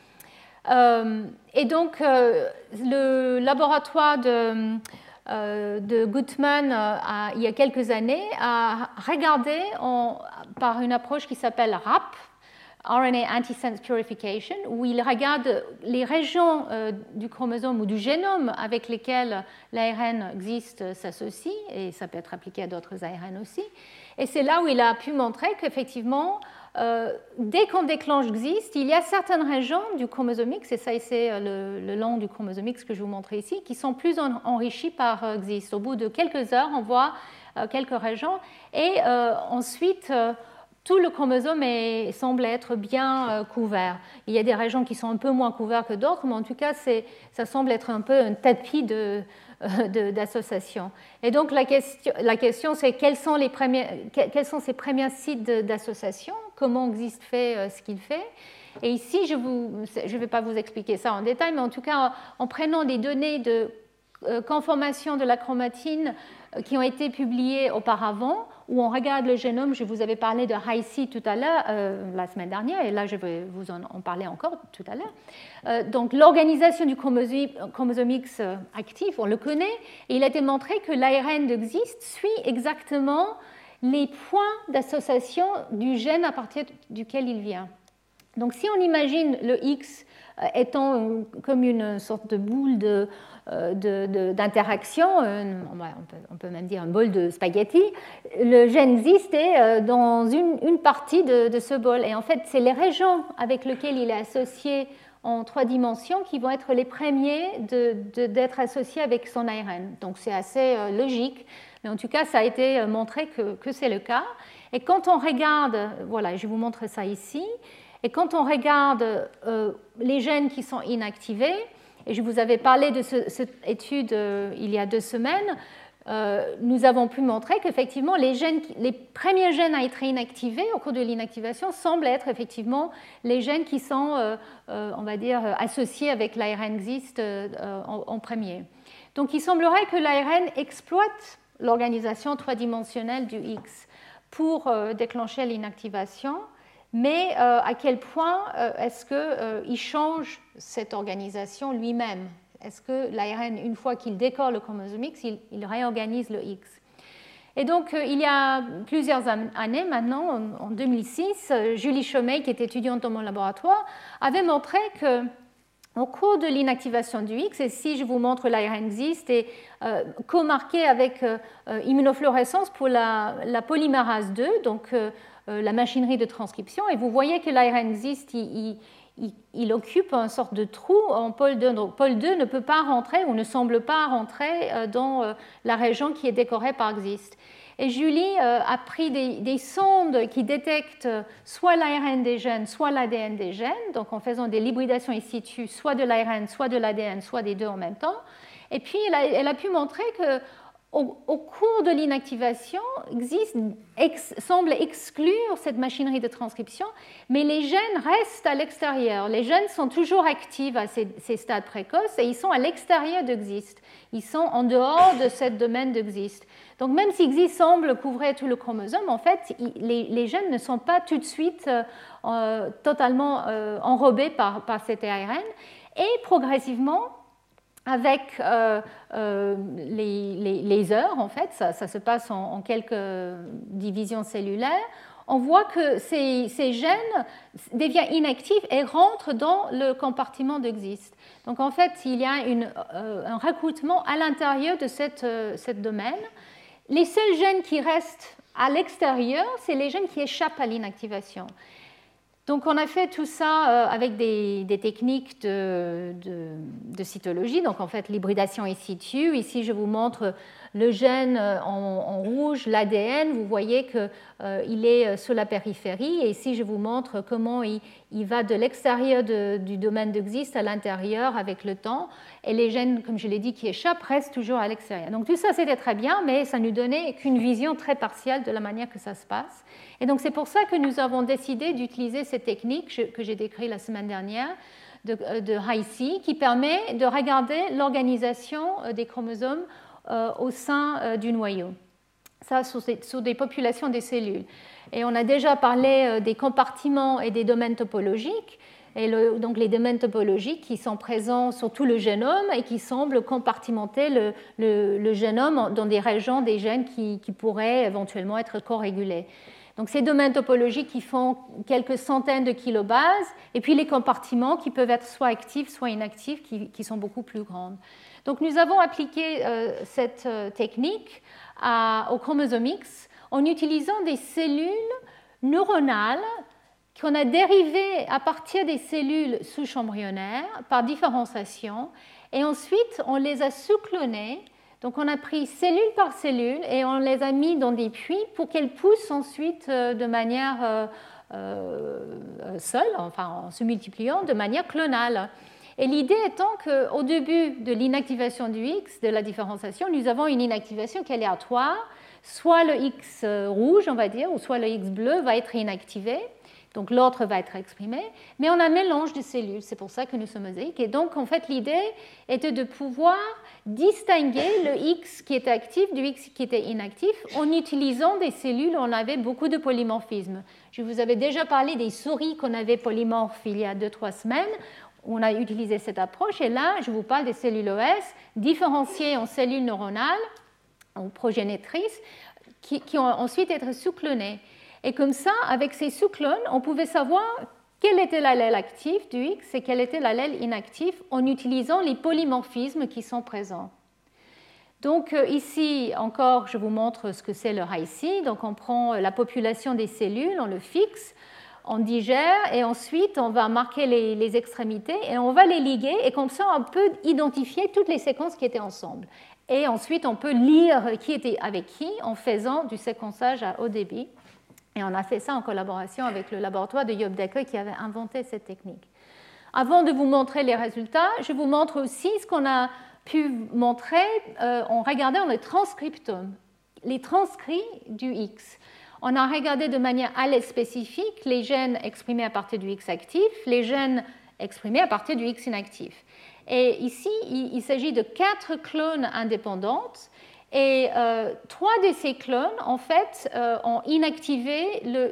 Speaker 2: Et donc, le laboratoire de Gutman, il y a quelques années, a regardé par une approche qui s'appelle RAP, RNA Antisense Purification, où il regarde les régions du chromosome ou du génome avec lesquelles l'ARN XIST s'associe, et ça peut être appliqué à d'autres ARN aussi. Et c'est là où il a pu montrer qu'effectivement, dès qu'on déclenche XIST, il y a certaines régions du chromosome X, et ça c'est le long du chromosome X que je vous montre ici, qui sont plus enrichies par XIST. Au bout de quelques heures, on voit quelques régions, et ensuite, tout le chromosome semble être bien couvert. Il y a des régions qui sont un peu moins couvertes que d'autres, mais en tout cas, ça semble être un peu un tapis d'association. Et donc, la question c'est quels sont ces premiers sites d'association, comment XIST fait ce qu'il fait. Et ici, je ne vais pas vous expliquer ça en détail, mais en tout cas, en prenant des données de conformation de la chromatine qui ont été publiées auparavant, où on regarde le génome, je vous avais parlé de Hi-C tout à l'heure, la semaine dernière, et là je vais vous en parler encore tout à l'heure. Donc l'organisation du chromosome X actif, on le connaît, et il a été montré que l'ARN de XIST suit exactement les points d'association du gène à partir duquel il vient. Donc si on imagine le X étant comme une sorte de boule d'interaction, on peut même dire un bol de spaghetti, le gène XIST est dans une partie de ce bol. Et en fait, c'est les régions avec lesquelles il est associé en 3 dimensions qui vont être les premiers d'être associés avec son ARN. Donc c'est assez logique, mais en tout cas, ça a été montré que c'est le cas. Et quand on regarde, voilà, je vais vous montrer ça ici, et quand on regarde les gènes qui sont inactivés, et je vous avais parlé de cette étude il y a 2 semaines, nous avons pu montrer qu'effectivement, les premiers gènes à être inactivés au cours de l'inactivation semblent être effectivement les gènes qui sont, on va dire, associés avec l'ARN GIST en premier. Donc, il semblerait que l'ARN exploite l'organisation trois-dimensionnelle du X pour déclencher l'inactivation, mais à quel point est-ce qu'il change cette organisation lui-même? Est-ce que l'ARN, une fois qu'il décore le chromosome X, il réorganise le X? Et donc, il y a plusieurs années maintenant, en 2006, Julie Chomey, qui est étudiante dans mon laboratoire, avait montré qu'au cours de l'inactivation du X, et si je vous montre l'ARN GIST, est co-marqué avec immunofluorescence pour la polymérase 2, donc la machinerie de transcription, et vous voyez que l'ARN GIST, il occupe une sorte de trou en pôle 2. Donc, pôle 2 ne peut pas rentrer ou ne semble pas rentrer dans la région qui est décorée par GIST. Et Julie a pris des sondes qui détectent soit l'ARN des gènes, soit l'ADN des gènes, donc en faisant des hybridations in situ, soit de l'ARN, soit de l'ADN, soit des deux en même temps. Et puis, elle a pu montrer que au cours de l'inactivation, semble exclure cette machinerie de transcription, mais les gènes restent à l'extérieur. Les gènes sont toujours actifs à ces stades précoces et ils sont à l'extérieur de GIST. Ils sont en dehors de ce domaine de GIST. Donc même si GIST semble couvrir tout le chromosome, en fait, les gènes ne sont pas tout de suite totalement enrobés par cet ARN. Et progressivement, avec les heures, en fait, ça se passe en quelques divisions cellulaires, on voit que ces gènes deviennent inactifs et rentrent dans le compartiment de GIST. Donc en fait, il y a un recrutement à l'intérieur de ce domaine. Les seuls gènes qui restent à l'extérieur, c'est les gènes qui échappent à l'inactivation. Donc on a fait tout ça avec des techniques de cytologie, donc en fait l'hybridation in situ. Ici je vous montre le gène en rouge, l'ADN, vous voyez qu'il est sur la périphérie, et ici je vous montre comment il va de l'extérieur du domaine de GIST à l'intérieur avec le temps, et les gènes, comme je l'ai dit, qui échappent restent toujours à l'extérieur. Donc tout ça c'était très bien, mais ça ne nous donnait qu'une vision très partielle de la manière que ça se passe. Et donc c'est pour ça que nous avons décidé d'utiliser cette technique que j'ai décrite la semaine dernière de Hi-C, qui permet de regarder l'organisation des chromosomes au sein du noyau. Ça, sur des populations des cellules. Et on a déjà parlé des compartiments et des domaines topologiques. Et donc les domaines topologiques qui sont présents sur tout le génome et qui semblent compartimenter le génome dans des régions des gènes qui pourraient éventuellement être corrégulés. Donc ces domaines topologiques qui font quelques centaines de kilobases, et puis les compartiments qui peuvent être soit actifs, soit inactifs, qui sont beaucoup plus grands. Donc nous avons appliqué cette technique au chromosome X en utilisant des cellules neuronales qu'on a dérivées à partir des cellules souches embryonnaires par différenciation, et ensuite on les a sous-clonées. Donc on a pris cellule par cellule et on les a mis dans des puits pour qu'elles poussent ensuite de manière seule, enfin en se multipliant de manière clonale. Et l'idée étant qu'au début de l'inactivation du X, de la différenciation, nous avons une inactivation qui est aléatoire. Soit le X rouge, on va dire, ou soit le X bleu va être inactivé. Donc l'autre va être exprimé, mais on a un mélange de cellules, c'est pour ça que nous sommes mosaïques. Et donc en fait l'idée était de pouvoir distinguer le X qui était actif du X qui était inactif en utilisant des cellules où on avait beaucoup de polymorphisme. Je vous avais déjà parlé des souris qu'on avait polymorphes il y a 2-3 semaines. On a utilisé cette approche, et là je vous parle des cellules OS différenciées en cellules neuronales, en progénitrices, qui ont ensuite été sous-clonées. Et comme ça, avec ces sous-clones, on pouvait savoir quel était l'allèle actif du X et quel était l'allèle inactif en utilisant les polymorphismes qui sont présents. Donc ici encore, je vous montre ce que c'est le Hi-C. Donc on prend la population des cellules, on le fixe, on digère et ensuite on va marquer les extrémités et on va les liguer et comme ça on peut identifier toutes les séquences qui étaient ensemble. Et ensuite on peut lire qui était avec qui en faisant du séquençage à haut débit. Et on a fait ça en collaboration avec le laboratoire de Job Dekker qui avait inventé cette technique. Avant de vous montrer les résultats, je vous montre aussi ce qu'on a pu montrer en regardant les transcriptomes, les transcrits du X. On a regardé de manière allèle spécifique les gènes exprimés à partir du X actif, les gènes exprimés à partir du X inactif. Et ici, il s'agit de 4 clones indépendantes. Et 3 de ces clones, en fait, ont inactivé le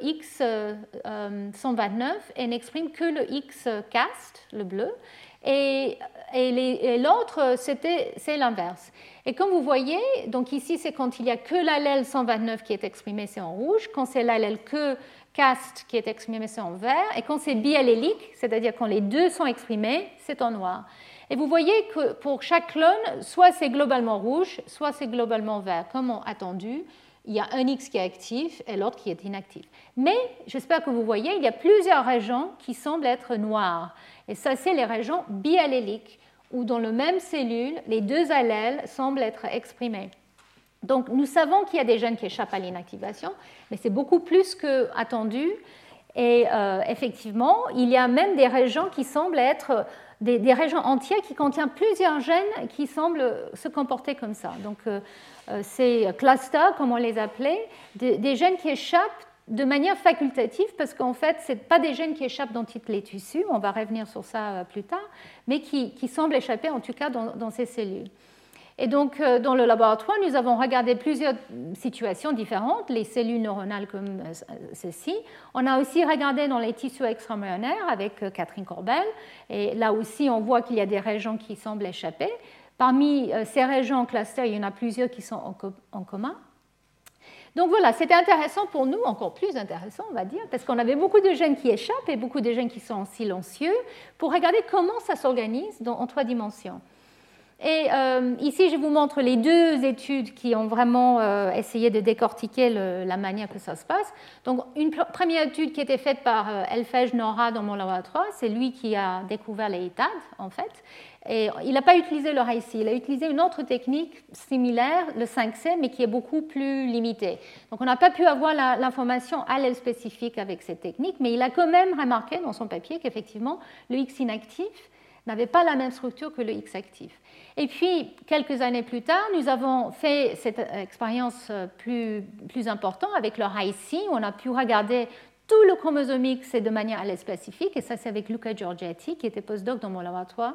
Speaker 2: X129 et n'expriment que le X-cast, le bleu. Et l'autre, c'est l'inverse. Et comme vous voyez, donc ici, c'est quand il n'y a que l'allèle 129 qui est exprimé, c'est en rouge. Quand c'est l'allèle que cast qui est exprimé, c'est en vert. Et quand c'est biallélique, c'est-à-dire quand les deux sont exprimés, c'est en noir. Et vous voyez que pour chaque clone, soit c'est globalement rouge, soit c'est globalement vert. Comme attendu, il y a un X qui est actif et l'autre qui est inactif. Mais, j'espère que vous voyez, il y a plusieurs régions qui semblent être noires. Et ça, c'est les régions bialléliques, où dans la même cellule, les deux allèles semblent être exprimés. Donc, nous savons qu'il y a des gènes qui échappent à l'inactivation, mais c'est beaucoup plus qu'attendu. Et effectivement, il y a même des régions qui semblent être des régions entières qui contiennent plusieurs gènes qui semblent se comporter comme ça. Donc, ces clusters, comme on les appelait, des gènes qui échappent de manière facultative, parce qu'en fait, ce n'est pas des gènes qui échappent dans tous les tissus, on va revenir sur ça plus tard, mais qui semblent échapper en tout cas dans ces cellules. Et donc, dans le laboratoire, nous avons regardé plusieurs situations différentes, les cellules neuronales comme ceci. On a aussi regardé dans les tissus extra-embryonnaires avec Catherine Corbel, et là aussi, on voit qu'il y a des régions qui semblent échapper. Parmi ces régions en cluster, il y en a plusieurs qui sont en commun. Donc voilà, c'était intéressant pour nous, encore plus intéressant, on va dire, parce qu'on avait beaucoup de gènes qui échappent et beaucoup de gènes qui sont silencieux, pour regarder comment ça s'organise en 3 dimensions. Et ici, je vous montre les 2 études qui ont vraiment essayé de décortiquer la manière que ça se passe. Donc, une première étude qui était faite par Elfej Nora dans mon laboratoire, c'est lui qui a découvert les ETAD, en fait. Et il n'a pas utilisé le RIC, il a utilisé une autre technique similaire, le 5C, mais qui est beaucoup plus limitée. Donc, on n'a pas pu avoir l'information allèle spécifique avec cette technique, mais il a quand même remarqué dans son papier qu'effectivement, le X inactif n'avait pas la même structure que le X actif. Et puis, quelques années plus tard, nous avons fait cette expérience plus importante avec le RIC. On a pu regarder tout le chromosome X de manière allèle spécifique, et ça, c'est avec Luca Giorgetti, qui était postdoc dans mon laboratoire.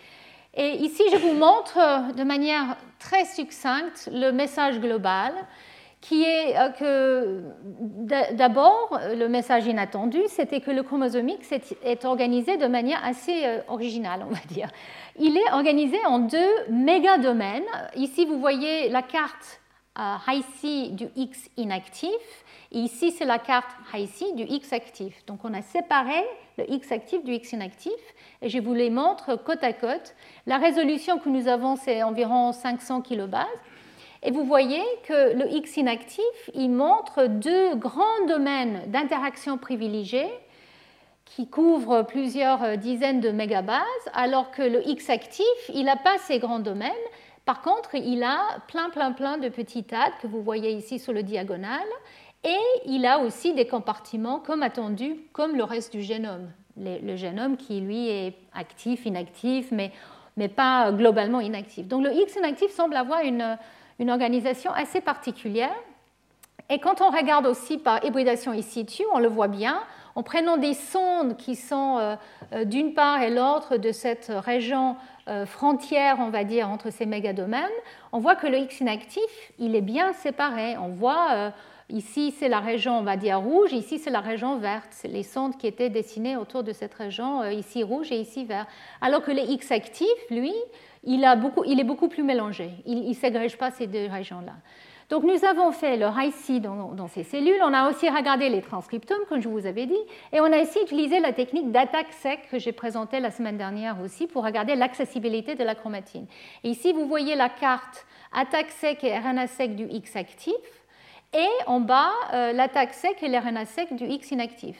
Speaker 2: Et ici, je vous montre de manière très succincte le message global, qui est que d'abord, le message inattendu, c'était que le chromosome X est organisé de manière assez originale, on va dire. Il est organisé en 2 mégadomaines. Ici, vous voyez la carte Hi-C du X inactif, et ici, c'est la carte Hi-C du X actif. Donc, on a séparé le X actif du X inactif, et je vous les montre côte à côte. La résolution que nous avons, c'est environ 500 kilobases. Et vous voyez que le X inactif, il montre 2 grands domaines d'interaction privilégiée qui couvrent plusieurs dizaines de mégabases, alors que le X actif, il n'a pas ces grands domaines. Par contre, il a plein de petits tas que vous voyez ici sur le diagonale, et il a aussi des compartiments comme attendu, comme le reste du génome. Le génome qui, lui, est actif, inactif, mais pas globalement inactif. Donc le X inactif semble avoir une organisation assez particulière. Et quand on regarde aussi par hybridation in situ, on le voit bien, en prenant des sondes qui sont d'une part et l'autre de cette région frontière, on va dire, entre ces mégadomaines, on voit que le X inactif, il est bien séparé. On voit ici, c'est la région, on va dire, rouge, ici, c'est la région verte. C'est les sondes qui étaient dessinées autour de cette région, ici rouge et ici vert. Alors que le X actif, lui, il est beaucoup plus mélangé. Il ne ségrège pas ces 2 régions-là. Donc, nous avons fait le RIC dans ces cellules. On a aussi regardé les transcriptomes, comme je vous avais dit. Et on a aussi utilisé la technique d'attaque sec que j'ai présentée la semaine dernière aussi pour regarder l'accessibilité de la chromatine. Et ici, vous voyez la carte attaque sec et RNA sec du X actif. Et en bas, l'attaque sec et l'RNA sec du X inactif.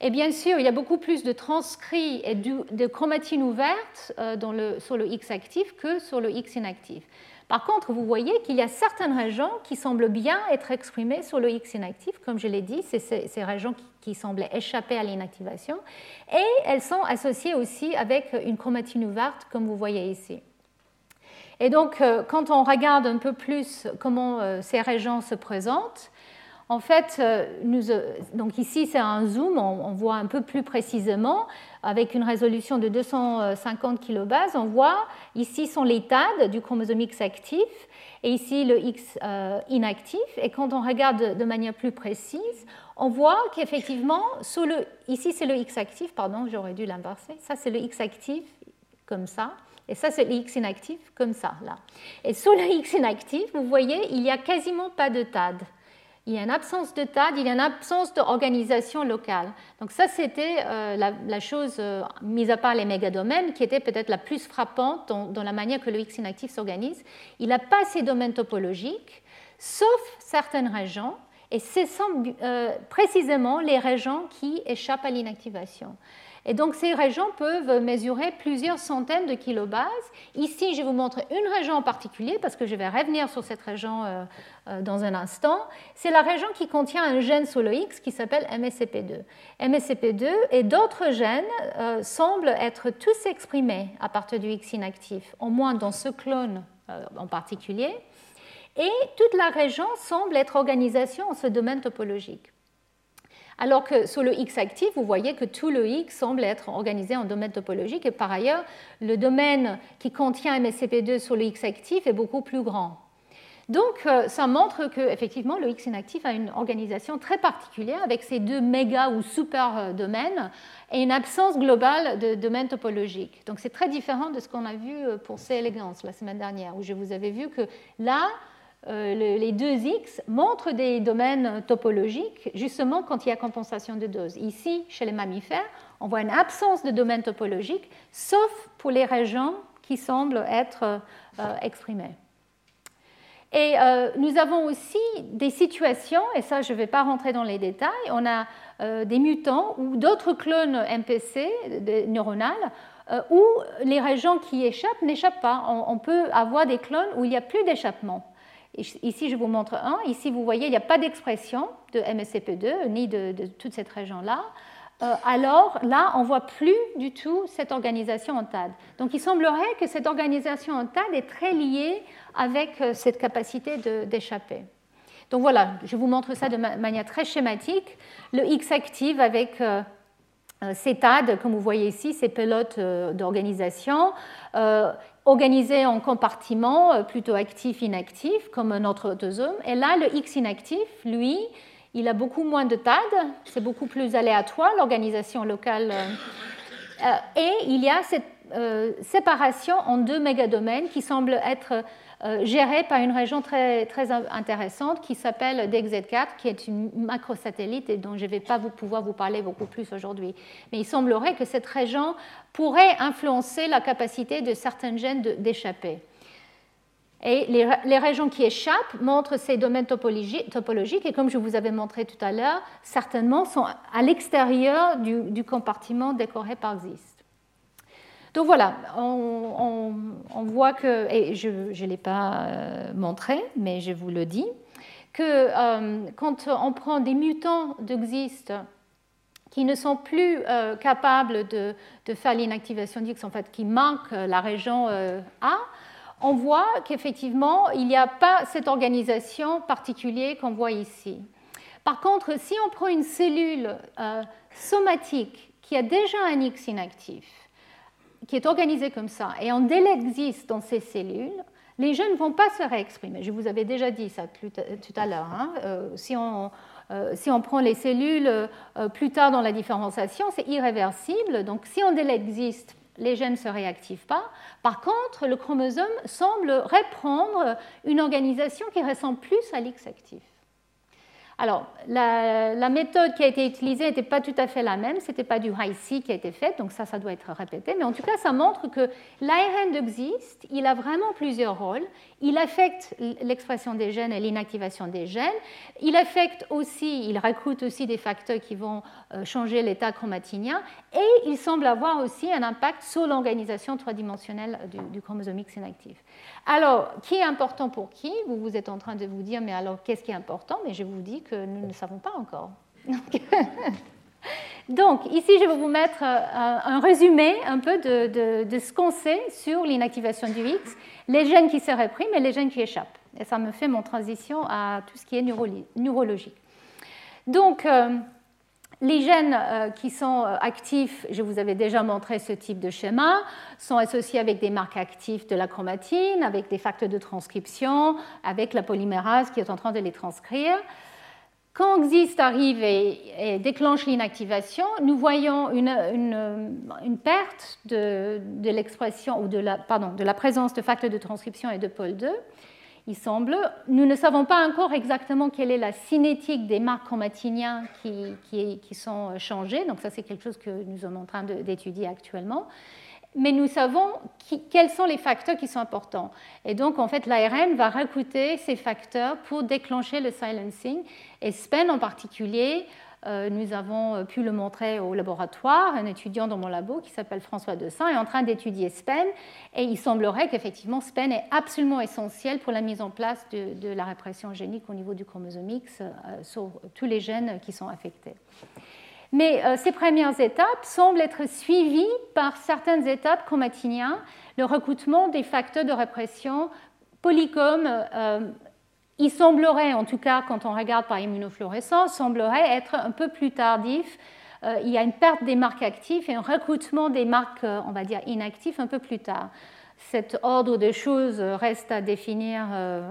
Speaker 2: Et bien sûr, il y a beaucoup plus de transcrits et de chromatine ouverte sur le X actif que sur le X inactif. Par contre, vous voyez qu'il y a certaines régions qui semblent bien être exprimées sur le X inactif, comme je l'ai dit, c'est ces régions qui semblent échapper à l'inactivation, et elles sont associées aussi avec une chromatine ouverte, comme vous voyez ici. Et donc, quand on regarde un peu plus comment ces régions se présentent, en fait, donc ici c'est un zoom, on voit un peu plus précisément, avec une résolution de 250 kilobases, on voit ici sont les TAD du chromosome X actif et ici le X inactif. Et quand on regarde de manière plus précise, on voit qu'effectivement, ici c'est le X actif, pardon, j'aurais dû l'inverser, ça c'est le X actif comme ça. Et ça, c'est le X inactif comme ça, là. Et sur le X inactif, vous voyez, il n'y a quasiment pas de TAD. Il y a une absence de TAD, il y a une absence d'organisation locale. Donc ça, c'était la chose, mise à part les mégadomaines, qui était peut-être la plus frappante dans la manière que le X inactif s'organise. Il n'a pas ces domaines topologiques, sauf certaines régions, et ce sont précisément les régions qui échappent à l'inactivation. Et donc, ces régions peuvent mesurer plusieurs centaines de kilobases. Ici, je vous montre une région en particulier, parce que je vais revenir sur cette région dans un instant. C'est la région qui contient un gène sur le X qui s'appelle MSCP2. MSCP2 et d'autres gènes semblent être tous exprimés à partir du X inactif, au moins dans ce clone en particulier. Et toute la région semble être organisée en ce domaine topologique. Alors que sur le X actif, vous voyez que tout le X semble être organisé en domaine topologique et par ailleurs, le domaine qui contient MSCP2 sur le X actif est beaucoup plus grand. Donc, ça montre qu'effectivement, le X inactif a une organisation très particulière avec ces deux méga ou super domaines et une absence globale de domaine topologique. Donc, c'est très différent de ce qu'on a vu pour C. elegans la semaine dernière, où je vous avais vu que là, les deux X montrent des domaines topologiques justement quand il y a compensation de dose. Ici, chez les mammifères, on voit une absence de domaine topologique, sauf pour les régions qui semblent être exprimées. Et nous avons aussi des situations, et ça je ne vais pas rentrer dans les détails, on a des mutants ou d'autres clones MPC neuronales où les régions qui échappent n'échappent pas. On peut avoir des clones où il n'y a plus d'échappement. Ici, je vous montre un. Ici, vous voyez, il n'y a pas d'expression de MSCP2, ni de toute cette région-là. Alors là, on ne voit plus du tout cette organisation en TAD. Donc, il semblerait que cette organisation en TAD est très liée avec cette capacité d'échapper. Donc voilà, je vous montre ça de manière très schématique. Le X active avec ces TAD, comme vous voyez ici, ces pelotes d'organisation, organisées en compartiments plutôt actifs-inactifs, comme notre autosome. Et là, le X inactif, lui, il a beaucoup moins de TAD, c'est beaucoup plus aléatoire, l'organisation locale. Et il y a cette séparation en deux mégadomaines qui semblent être gérés par une région très, très intéressante qui s'appelle DXZ4, qui est une macrosatellite et dont je ne vais pas pouvoir vous parler beaucoup plus aujourd'hui. Mais il semblerait que cette région pourrait influencer la capacité de certains gènes d'échapper. Et les régions qui échappent montrent ces domaines topologiques et comme je vous avais montré tout à l'heure, certainement sont à l'extérieur du compartiment décoré par XIST. Donc voilà, on voit que, et je ne l'ai pas montré, mais je vous le dis, que quand on prend des mutants de XIST qui ne sont plus capables de faire l'inactivation d'X, en fait, qui manquent la région A, on voit qu'effectivement, il n'y a pas cette organisation particulière qu'on voit ici. Par contre, si on prend une cellule somatique qui a déjà un X inactif, qui est organisée comme ça, et on délexiste dans ces cellules, les gènes ne vont pas se réexprimer. Je vous avais déjà dit ça tout à l'heure. Si on prend les cellules plus tard dans la différenciation, c'est irréversible. Donc, si on délexiste, les gènes ne se réactivent pas. Par contre, le chromosome semble reprendre une organisation qui ressemble plus à l'X actif. Alors, la méthode qui a été utilisée n'était pas tout à fait la même, ce n'était pas du Hi-C qui a été fait, donc ça doit être répété, mais en tout cas, ça montre que l'ARN existe, il a vraiment plusieurs rôles, il affecte l'expression des gènes et l'inactivation des gènes, il recrute aussi des facteurs qui vont changer l'état chromatinien, et il semble avoir aussi un impact sur l'organisation tridimensionnelle du chromosome X inactif. Alors, qui est important pour qui? Vous êtes en train de vous dire, mais alors qu'est-ce qui est important? Mais je vous dis que nous ne savons pas encore. Donc, ici, je vais vous mettre un résumé un peu de ce qu'on sait sur l'inactivation du X, les gènes qui se répriment et les gènes qui échappent. Et ça me fait mon transition à tout ce qui est neurologique. Donc, les gènes qui sont actifs, je vous avais déjà montré ce type de schéma, sont associés avec des marques actives de la chromatine, avec des facteurs de transcription, avec la polymérase qui est en train de les transcrire. Quand XIST arrive et déclenche l'inactivation, nous voyons une perte de l'expression ou de la présence de facteurs de transcription et de pôle 2. Il semble. Nous ne savons pas encore exactement quelle est la cinétique des marques chromatiniens qui sont changées. Donc ça, c'est quelque chose que nous sommes en train d'étudier actuellement. Mais nous savons quels sont les facteurs qui sont importants. Et donc, en fait, l'ARN va recruter ces facteurs pour déclencher le silencing. Et SPEN en particulier, nous avons pu le montrer au laboratoire. Un étudiant dans mon labo qui s'appelle François Dessin est en train d'étudier SPEN. Et il semblerait qu'effectivement, SPEN est absolument essentiel pour la mise en place de la répression génique au niveau du chromosome X sur tous les gènes qui sont affectés. Mais ces premières étapes semblent être suivies par certaines étapes chromatiniennes, le recrutement des facteurs de répression polycom. Il semblerait, en tout cas quand on regarde par immunofluorescence, semblerait être un peu plus tardif. Il y a une perte des marques actives et un recrutement des marques, on va dire, inactives un peu plus tard. Cet ordre de choses reste à définir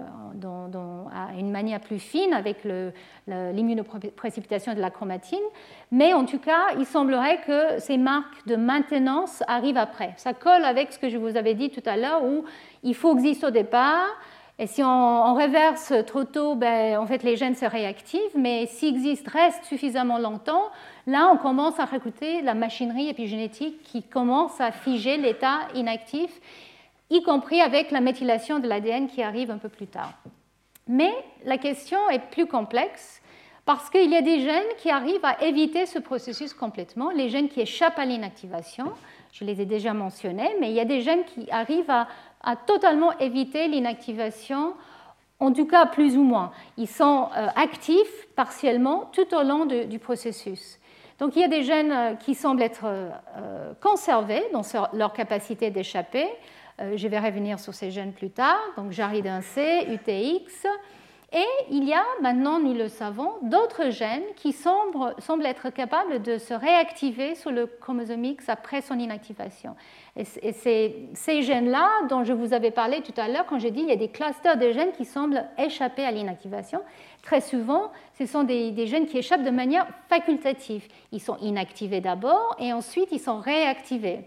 Speaker 2: à une manière plus fine avec l'immunoprécipitation de la chromatine, mais en tout cas, il semblerait que ces marques de maintenance arrivent après. Ça colle avec ce que je vous avais dit tout à l'heure, où il faut XIST au départ, et si on reverse trop tôt, en fait, les gènes se réactivent, mais si XIST reste suffisamment longtemps, là, on commence à recruter la machinerie épigénétique qui commence à figer l'état inactif, y compris avec la méthylation de l'ADN qui arrive un peu plus tard. Mais la question est plus complexe parce qu'il y a des gènes qui arrivent à éviter ce processus complètement, les gènes qui échappent à l'inactivation, je les ai déjà mentionnés, mais il y a des gènes qui arrivent à totalement éviter l'inactivation, en tout cas plus ou moins. Ils sont actifs partiellement tout au long du processus. Donc il y a des gènes qui semblent être conservés dans leur capacité d'échapper. Je vais revenir sur ces gènes plus tard, donc JARID1C, UTX. Et il y a, maintenant nous le savons, d'autres gènes qui semblent être capables de se réactiver sur le chromosome X après son inactivation. Et c'est ces gènes-là dont je vous avais parlé tout à l'heure quand j'ai dit qu'il y a des clusters de gènes qui semblent échapper à l'inactivation. Très souvent, ce sont des gènes qui échappent de manière facultative. Ils sont inactivés d'abord et ensuite ils sont réactivés.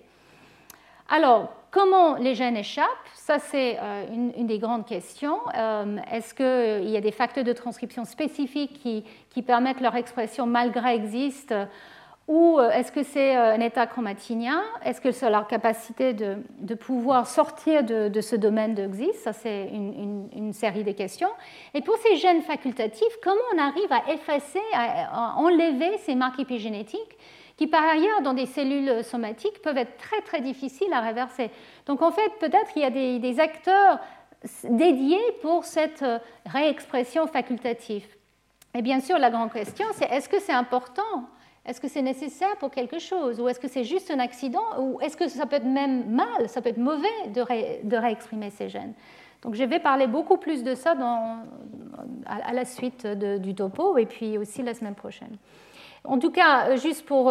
Speaker 2: Alors, comment les gènes échappent? Ça, c'est une des grandes questions. Est-ce qu'il y a des facteurs de transcription spécifiques qui permettent leur expression malgré XIST? Ou est-ce que c'est un état chromatinien? Est-ce que c'est leur capacité de pouvoir sortir de ce domaine de XIST? Ça, c'est une série de questions. Et pour ces gènes facultatifs, comment on arrive à effacer, à enlever ces marques épigénétiques qui par ailleurs dans des cellules somatiques peuvent être très très difficiles à reverser. Donc en fait peut-être il y a des acteurs dédiés pour cette réexpression facultative. Et bien sûr la grande question c'est est-ce que c'est important? Est-ce que c'est nécessaire pour quelque chose? Ou est-ce que c'est juste un accident? Ou est-ce que ça peut être même mal, ça peut être mauvais de réexprimer ces gènes? Donc je vais parler beaucoup plus de ça à la suite du topo et puis aussi la semaine prochaine. En tout cas, juste pour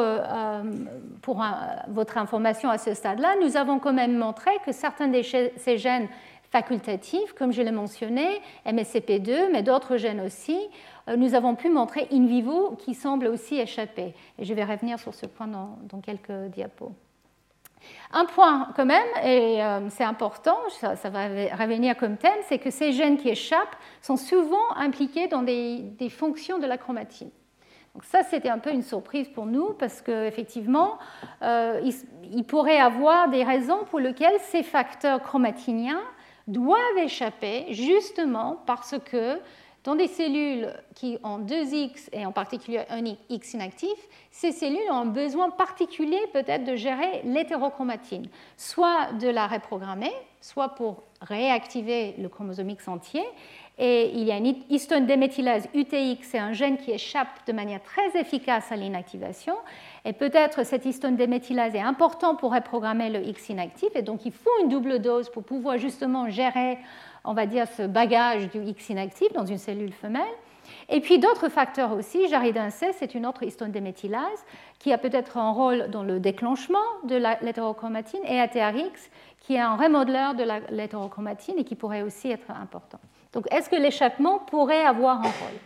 Speaker 2: votre information à ce stade-là, nous avons quand même montré que certains de ces gènes facultatifs, comme je l'ai mentionné, MSCP2, mais d'autres gènes aussi, nous avons pu montrer in vivo qui semblent aussi échapper. Et je vais revenir sur ce point dans quelques diapos. Un point quand même, et c'est important, ça va revenir comme thème, c'est que ces gènes qui échappent sont souvent impliqués dans des fonctions de la chromatine. Donc ça, c'était un peu une surprise pour nous parce qu'effectivement, il pourrait y avoir des raisons pour lesquelles ces facteurs chromatiniens doivent échapper justement parce que dans des cellules qui ont 2X et en particulier un X inactif, ces cellules ont un besoin particulier peut-être de gérer l'hétérochromatine, soit de la reprogrammer, soit pour réactiver le chromosome X entier. Et il y a une histone déméthylase UTX, c'est un gène qui échappe de manière très efficace à l'inactivation. Et peut-être cette histone déméthylase est importante pour reprogrammer le X inactif. Et donc il faut une double dose pour pouvoir justement gérer, on va dire, ce bagage du X inactif dans une cellule femelle. Et puis d'autres facteurs aussi, Jaridin C, c'est une autre histone déméthylase qui a peut-être un rôle dans le déclenchement de l'hétérochromatine, et ATRX qui est un remodeleur de l'hétérochromatine et qui pourrait aussi être important. Donc est-ce que l'échappement pourrait avoir un rôle?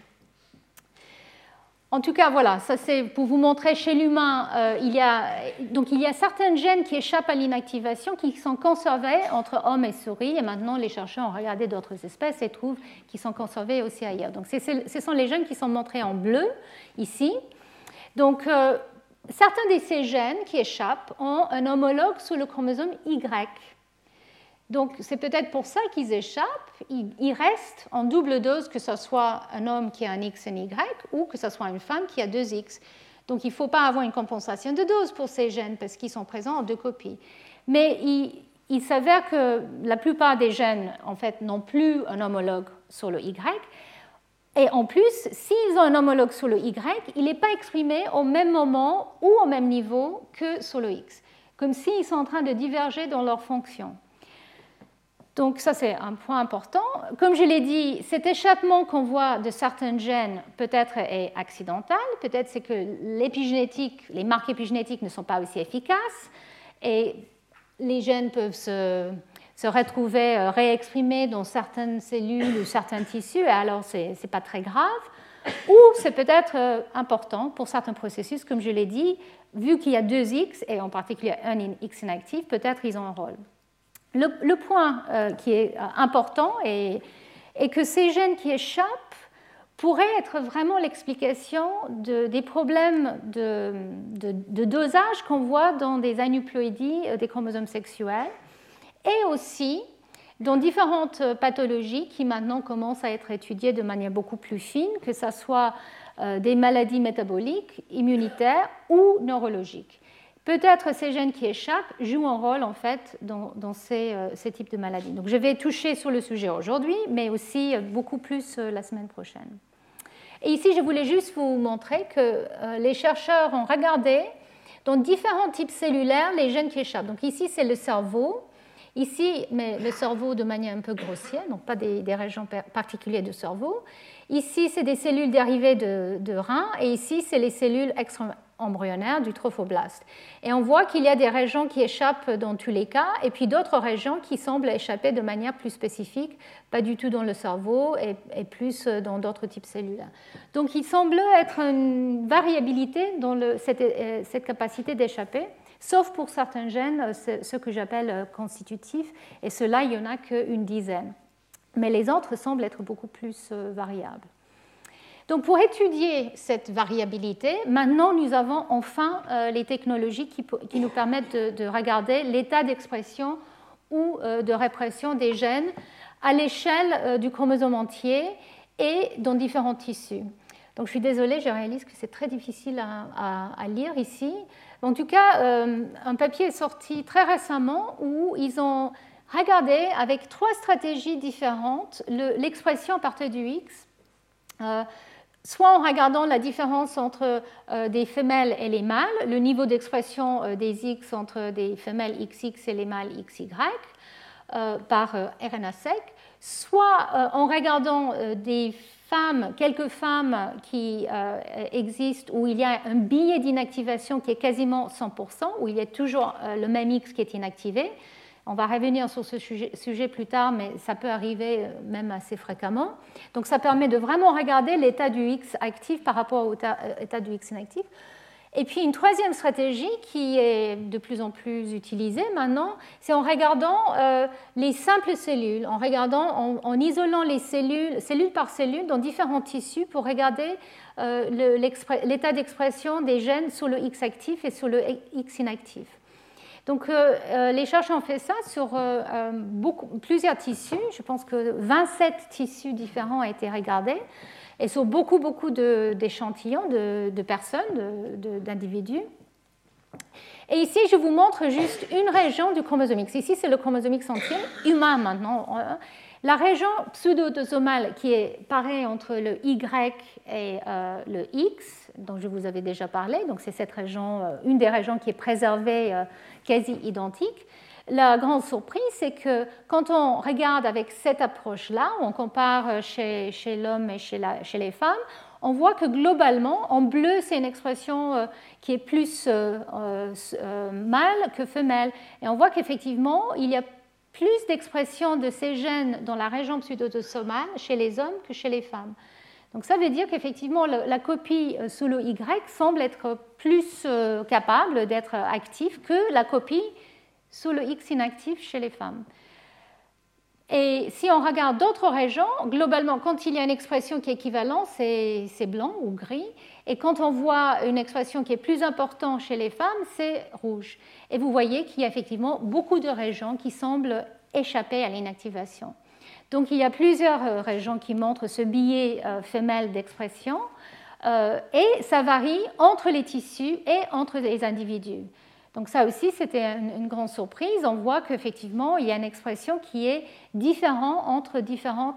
Speaker 2: En tout cas, voilà, ça c'est pour vous montrer chez l'humain, il y a certains gènes qui échappent à l'inactivation qui sont conservés entre hommes et souris, et maintenant les chercheurs ont regardé d'autres espèces et trouvent qu'ils sont conservés aussi ailleurs. Donc ce sont les gènes qui sont montrés en bleu ici. Donc certains de ces gènes qui échappent ont un homologue sous le chromosome Y. Donc c'est peut-être pour ça qu'ils échappent, ils restent en double dose, que ce soit un homme qui a un X et un Y ou que ce soit une femme qui a 2X. Donc il ne faut pas avoir une compensation de dose pour ces gènes parce qu'ils sont présents en deux copies. Mais il s'avère que la plupart des gènes en fait, n'ont plus un homologue sur le Y. Et en plus, s'ils ont un homologue sur le Y, il n'est pas exprimé au même moment ou au même niveau que sur le X, comme s'ils sont en train de diverger dans leur fonction. Donc ça, c'est un point important. Comme je l'ai dit, cet échappement qu'on voit de certains gènes peut-être est accidental, peut-être c'est que l'épigénétique, les marques épigénétiques ne sont pas aussi efficaces et les gènes peuvent se retrouver réexprimés dans certaines cellules ou certains tissus, et alors ce n'est pas très grave. Ou c'est peut-être important pour certains processus, comme je l'ai dit, vu qu'il y a 2X et en particulier un X inactif, peut-être ils ont un rôle. Le point qui est important est que ces gènes qui échappent pourraient être vraiment l'explication des problèmes de dosage qu'on voit dans des aneuploïdies des chromosomes sexuels et aussi dans différentes pathologies qui maintenant commencent à être étudiées de manière beaucoup plus fine, que ce soit des maladies métaboliques, immunitaires ou neurologiques. Peut-être ces gènes qui échappent jouent un rôle en fait dans ces types de maladies. Donc je vais toucher sur le sujet aujourd'hui, mais aussi beaucoup plus la semaine prochaine. Et ici, je voulais juste vous montrer que les chercheurs ont regardé dans différents types cellulaires les gènes qui échappent. Donc ici, c'est le cerveau. Ici, mais le cerveau de manière un peu grossière, donc pas des régions particulières du cerveau. Ici, c'est des cellules dérivées de reins, et ici, c'est les cellules extra-embryonnaires du trophoblaste. Et on voit qu'il y a des régions qui échappent dans tous les cas, et puis d'autres régions qui semblent échapper de manière plus spécifique, pas du tout dans le cerveau, et plus dans d'autres types cellulaires. Donc il semble être une variabilité dans cette capacité d'échapper, sauf pour certains gènes, ce que j'appelle constitutifs, et ceux-là, il n'y en a qu'une dizaine. Mais les autres semblent être beaucoup plus variables. Donc pour étudier cette variabilité, maintenant nous avons enfin les technologies qui nous permettent de regarder l'état d'expression ou de répression des gènes à l'échelle du chromosome entier et dans différents tissus. Donc je suis désolée, je réalise que c'est très difficile à lire ici. En tout cas, un papier est sorti très récemment où ils ont regardé avec 3 stratégies différentes l'expression à partir du X, soit en regardant la différence entre des femelles et les mâles, le niveau d'expression des X entre des femelles XX et les mâles XY par RNA-seq, soit en regardant des femmes, quelques femmes qui existent où il y a un billet d'inactivation qui est quasiment 100%, où il y a toujours le même X qui est inactivé. On va revenir sur ce sujet plus tard, mais ça peut arriver même assez fréquemment. Donc ça permet de vraiment regarder l'état du X actif par rapport au état du X inactif. Et puis une troisième stratégie qui est de plus en plus utilisée maintenant, c'est en regardant les simples cellules, en isolant les cellules, cellule par cellule, dans différents tissus pour regarder l'état d'expression des gènes sur le X actif et sur le X inactif. Donc les chercheurs ont fait ça sur plusieurs tissus, je pense que 27 tissus différents ont été regardés, et sur beaucoup d'échantillons de personnes, d'individus. Et ici, je vous montre juste une région du chromosome X. Ici, c'est le chromosome X entier, humain maintenant. La région pseudo-autosomale qui est pareille entre le Y et le X, dont je vous avais déjà parlé, donc c'est cette région, une des régions qui est préservée quasi identique. La grande surprise, c'est que quand on regarde avec cette approche-là, on compare chez l'homme et chez les femmes, on voit que globalement, en bleu, c'est une expression qui est plus mâle que femelle. Et on voit qu'effectivement, il y a plus d'expression de ces gènes dans la région pseudo-autosomale chez les hommes que chez les femmes. Donc ça veut dire qu'effectivement, la copie sous le Y semble être plus capable d'être active que la copie sous le X inactif chez les femmes. Et si on regarde d'autres régions, globalement, quand il y a une expression qui est équivalente, c'est blanc ou gris. Et quand on voit une expression qui est plus importante chez les femmes, c'est rouge. Et vous voyez qu'il y a effectivement beaucoup de régions qui semblent échapper à l'inactivation. Donc il y a plusieurs régions qui montrent ce biais femelle d'expression. Et ça varie entre les tissus et entre les individus. Donc ça aussi, c'était une grande surprise. On voit qu'effectivement, il y a une expression qui est différente entre différents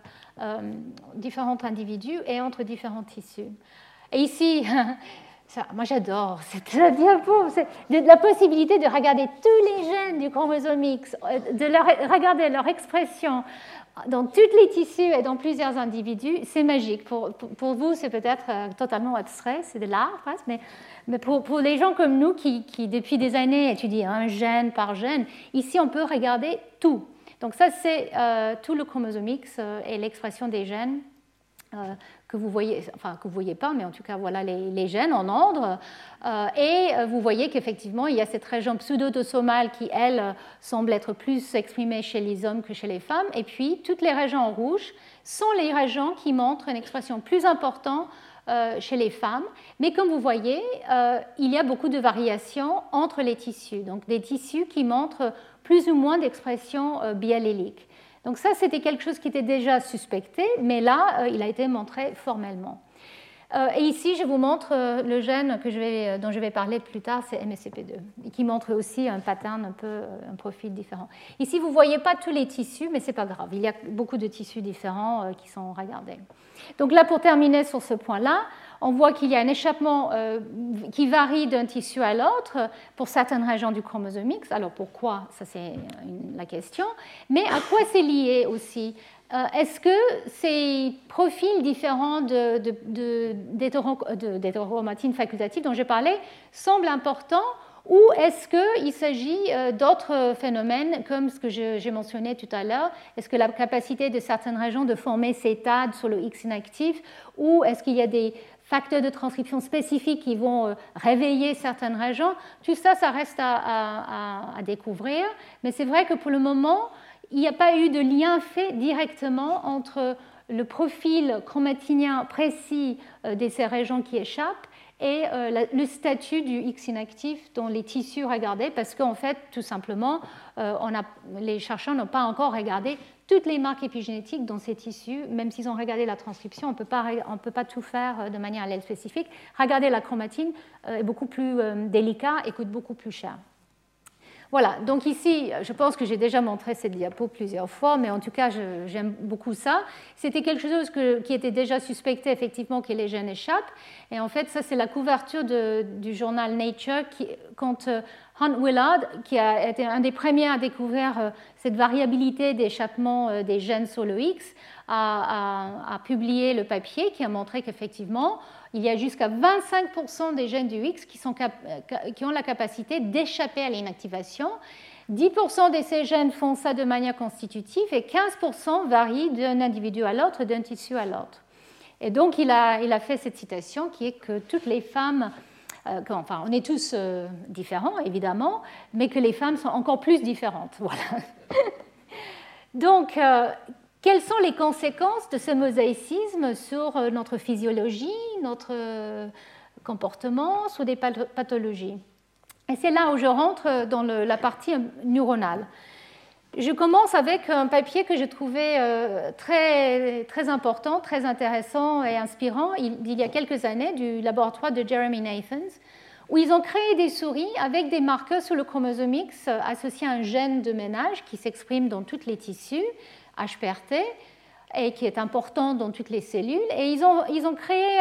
Speaker 2: individus et entre différents tissus. Et ici, ça, moi j'adore cette diapo, c'est la possibilité de regarder tous les gènes du chromosome X, de regarder leur expression dans tous les tissus et dans plusieurs individus. C'est magique. Pour vous, c'est peut-être totalement abstrait, c'est de l'art presque, mais pour les gens comme nous qui depuis des années étudient un gène par gène, ici on peut regarder tout. Donc ça c'est tout le chromosome X et l'expression des gènes que vous voyez, enfin que vous voyez pas, mais en tout cas voilà les gènes en ordre. Et vous voyez qu'effectivement il y a cette région pseudo-autosomale qui elle semble être plus exprimée chez les hommes que chez les femmes. Et puis toutes les régions en rouge sont les régions qui montrent une expression plus importante chez les femmes, mais comme vous voyez, il y a beaucoup de variations entre les tissus, donc des tissus qui montrent plus ou moins d'expression biallélique. Donc ça, c'était quelque chose qui était déjà suspecté, mais là, il a été montré formellement. Et ici, je vous montre le gène dont je vais parler plus tard, c'est MSCP2, et qui montre aussi un pattern, un profil différent. Ici, vous ne voyez pas tous les tissus, mais ce n'est pas grave. Il y a beaucoup de tissus différents qui sont regardés. Donc là, pour terminer sur ce point-là, on voit qu'il y a un échappement qui varie d'un tissu à l'autre pour certaines régions du chromosome X. Alors pourquoi? Ça, c'est la question. Mais à quoi c'est lié aussi? Est-ce que ces profils différents d'hétérochromatine facultative dont j'ai parlé semblent importants, ou est-ce qu'il s'agit d'autres phénomènes comme ce que j'ai mentionné tout à l'heure? Est-ce que la capacité de certaines régions de former ces TAD sur le X inactif, ou est-ce qu'il y a des facteurs de transcription spécifiques qui vont réveiller certaines régions? Tout ça, ça reste à découvrir, mais c'est vrai que pour le moment, il n'y a pas eu de lien fait directement entre le profil chromatinien précis de ces régions qui échappent et le statut du X inactif dans les tissus regardés, parce qu'en fait, tout simplement, les chercheurs n'ont pas encore regardé toutes les marques épigénétiques dans ces tissus. Même s'ils ont regardé la transcription, on ne peut pas tout faire de manière allèle spécifique. Regarder la chromatine est beaucoup plus délicat et coûte beaucoup plus cher. Voilà, donc ici, je pense que j'ai déjà montré cette diapo plusieurs fois, mais en tout cas, j'aime beaucoup ça. C'était quelque chose qui était déjà suspecté, effectivement, que les gènes échappent. Et en fait, ça, c'est la couverture du journal Nature, quand Hunt Willard, qui a été un des premiers à découvrir cette variabilité d'échappement des gènes sur le X, a publié le papier qui a montré qu'effectivement, il y a jusqu'à 25% des gènes du X qui ont la capacité d'échapper à l'inactivation. 10% de ces gènes font ça de manière constitutive et 15% varient d'un individu à l'autre, d'un tissu à l'autre. Et donc, il a fait cette citation qui est que toutes les femmes Enfin, on est tous différents, évidemment, mais que les femmes sont encore plus différentes. Voilà. Donc, quelles sont les conséquences de ce mosaïcisme sur notre physiologie, notre comportement, sur des pathologies? Et c'est là où je rentre dans la partie neuronale. Je commence avec un papier que je trouvais très, très important, très intéressant et inspirant il y a quelques années du laboratoire de Jeremy Nathans, où ils ont créé des souris avec des marqueurs sur le chromosome X associés à un gène de ménage qui s'exprime dans tous les tissus, HPRT, et qui est important dans toutes les cellules. Et ils ont créé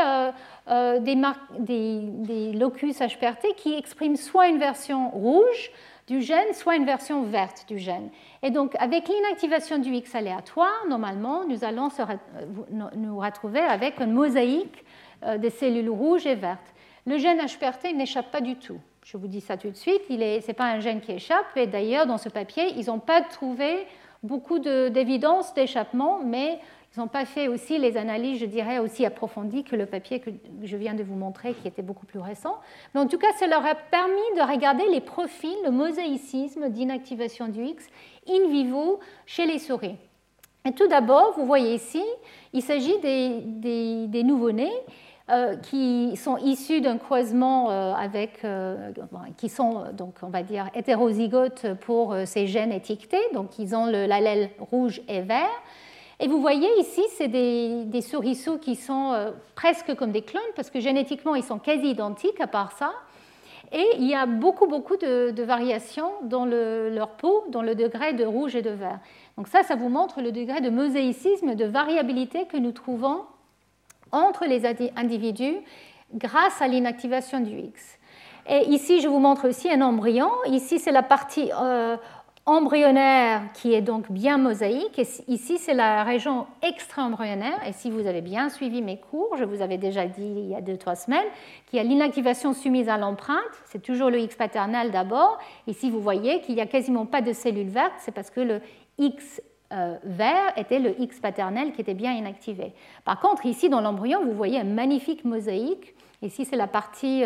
Speaker 2: des locus HPRT qui expriment soit une version rouge du gène, soit une version verte du gène. Et donc, avec l'inactivation du X aléatoire, normalement, nous allons nous retrouver avec une mosaïque de cellules rouges et vertes. Le gène HPRT n'échappe pas du tout. Je vous dis ça tout de suite, ce n'est pas un gène qui échappe. Et d'ailleurs, dans ce papier, ils n'ont pas trouvé beaucoup d'évidence d'échappement, mais ils n'ont pas fait aussi les analyses, je dirais, aussi approfondies que le papier que je viens de vous montrer, qui était beaucoup plus récent. Mais en tout cas, ça leur a permis de regarder les profils, le mosaïcisme d'inactivation du X in vivo chez les souris. Et tout d'abord, vous voyez ici, il s'agit des nouveau-nés qui sont issus d'un croisement qui sont, donc, on va dire, hétérozygotes pour ces gènes étiquetés, donc ils ont l'allèle rouge et vert. Et vous voyez ici, c'est des souriceaux qui sont presque comme des clones, parce que génétiquement, ils sont quasi identiques à part ça. Et il y a beaucoup de variations dans leur peau, dans le degré de rouge et de vert. Donc ça vous montre le degré de mosaïcisme, de variabilité que nous trouvons entre les individus grâce à l'inactivation du X. Et ici, je vous montre aussi un embryon. Ici, c'est la partie embryonnaire qui est donc bien mosaïque. Et ici, c'est la région extra-embryonnaire. Et si vous avez bien suivi mes cours, je vous avais déjà dit il y a 2-3 semaines qu'il y a l'inactivation soumise à l'empreinte. C'est toujours le X paternel d'abord. Ici, vous voyez qu'il n'y a quasiment pas de cellules vertes. C'est parce que le X vert était le X paternel qui était bien inactivé. Par contre, ici, dans l'embryon, vous voyez un magnifique mosaïque. Ici, c'est la partie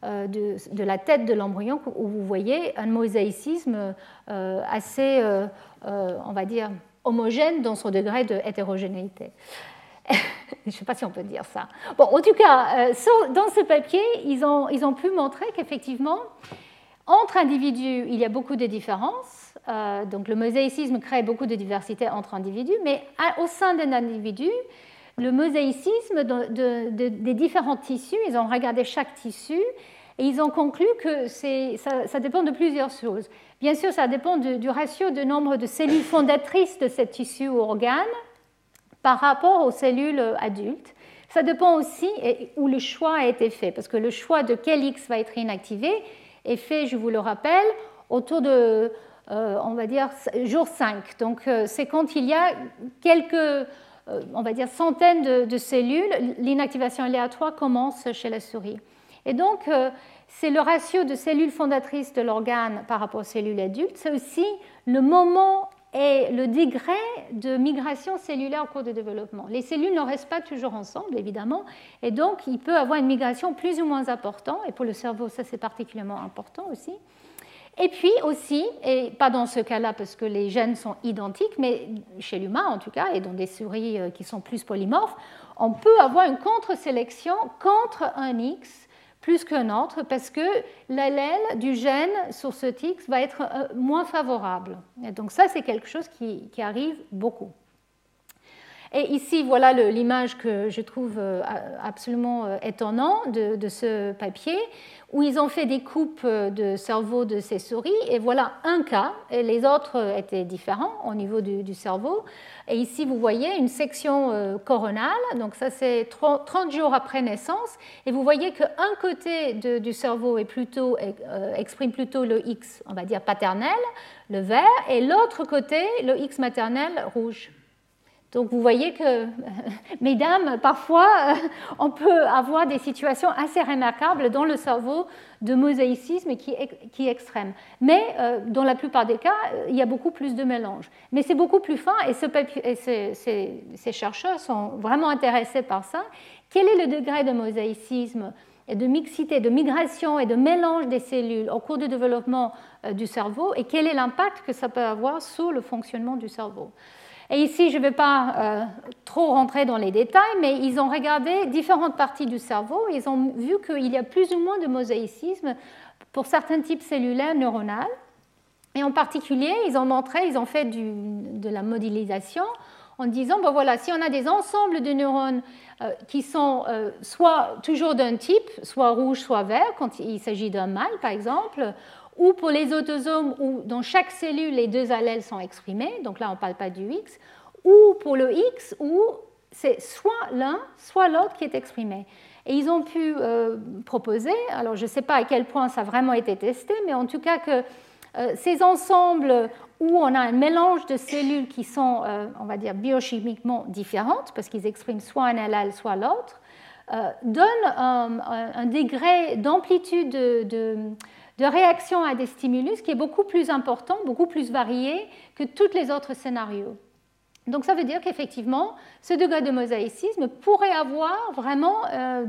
Speaker 2: de la tête de l'embryon où vous voyez un mosaïcisme assez, on va dire, homogène dans son degré de hétérogénéité. Je ne sais pas si on peut dire ça. Bon, en tout cas, dans ce papier, ils ont pu montrer qu'effectivement, entre individus, il y a beaucoup de différences. Donc, le mosaïcisme crée beaucoup de diversité entre individus, mais au sein d'un individu, le mosaïcisme des différents tissus, ils ont regardé chaque tissu et ils ont conclu que ça dépend de plusieurs choses. Bien sûr, ça dépend du ratio de nombre de cellules fondatrices de ces tissus ou organes par rapport aux cellules adultes. Ça dépend aussi où le choix a été fait, parce que le choix de quel X va être inactivé est fait, je vous le rappelle, autour de, on va dire, jour 5. Donc, c'est quand il y a quelques, on va dire, centaines de cellules, l'inactivation aléatoire commence chez la souris. Et donc, c'est le ratio de cellules fondatrices de l'organe par rapport aux cellules adultes. C'est aussi le moment et le degré de migration cellulaire au cours du développement. Les cellules ne restent pas toujours ensemble, évidemment, et donc il peut y avoir une migration plus ou moins importante, et pour le cerveau, ça c'est particulièrement important aussi. Et puis aussi, et pas dans ce cas-là parce que les gènes sont identiques, mais chez l'humain en tout cas, et dans des souris qui sont plus polymorphes, on peut avoir une contre-sélection contre un X plus qu'un autre, parce que l'allèle du gène sur ce X va être moins favorable. Et donc ça, c'est quelque chose qui arrive beaucoup. Et ici, voilà l'image que je trouve absolument étonnante de ce papier, où ils ont fait des coupes de cerveau de ces souris, et voilà un cas, et les autres étaient différents au niveau du cerveau. Et ici, vous voyez une section coronale, donc ça c'est 30 jours après naissance, et vous voyez qu'un côté du cerveau exprime plutôt le X, on va dire paternel, le vert, et l'autre côté, le X maternel, rouge. Donc vous voyez que, mesdames, parfois, on peut avoir des situations assez remarquables dans le cerveau de mosaïcisme qui est extrême. Mais dans la plupart des cas, il y a beaucoup plus de mélange. Mais c'est beaucoup plus fin et ces chercheurs sont vraiment intéressés par ça. Quel est le degré de mosaïcisme et de mixité, de migration et de mélange des cellules au cours du développement du cerveau et quel est l'impact que ça peut avoir sur le fonctionnement du cerveau. Et ici, je ne vais pas trop rentrer dans les détails, mais ils ont regardé différentes parties du cerveau. Ils ont vu qu'il y a plus ou moins de mosaïcisme pour certains types cellulaires neuronales. Et en particulier, ils ont fait de la modélisation en disant, ben voilà, si on a des ensembles de neurones qui sont soit toujours d'un type, soit rouge, soit vert, quand il s'agit d'un mâle, par exemple, ou pour les autosomes où dans chaque cellule, les deux allèles sont exprimés, donc là, on ne parle pas du X, ou pour le X, où c'est soit l'un, soit l'autre qui est exprimé. Et ils ont pu proposer, alors je ne sais pas à quel point ça a vraiment été testé, mais en tout cas que ces ensembles où on a un mélange de cellules qui sont, on va dire, biochimiquement différentes, parce qu'ils expriment soit un allèle, soit l'autre, donnent un degré d'amplitude de réaction à des stimulus qui est beaucoup plus important, beaucoup plus varié que tous les autres scénarios. Donc ça veut dire qu'effectivement, ce degré de mosaïcisme pourrait avoir vraiment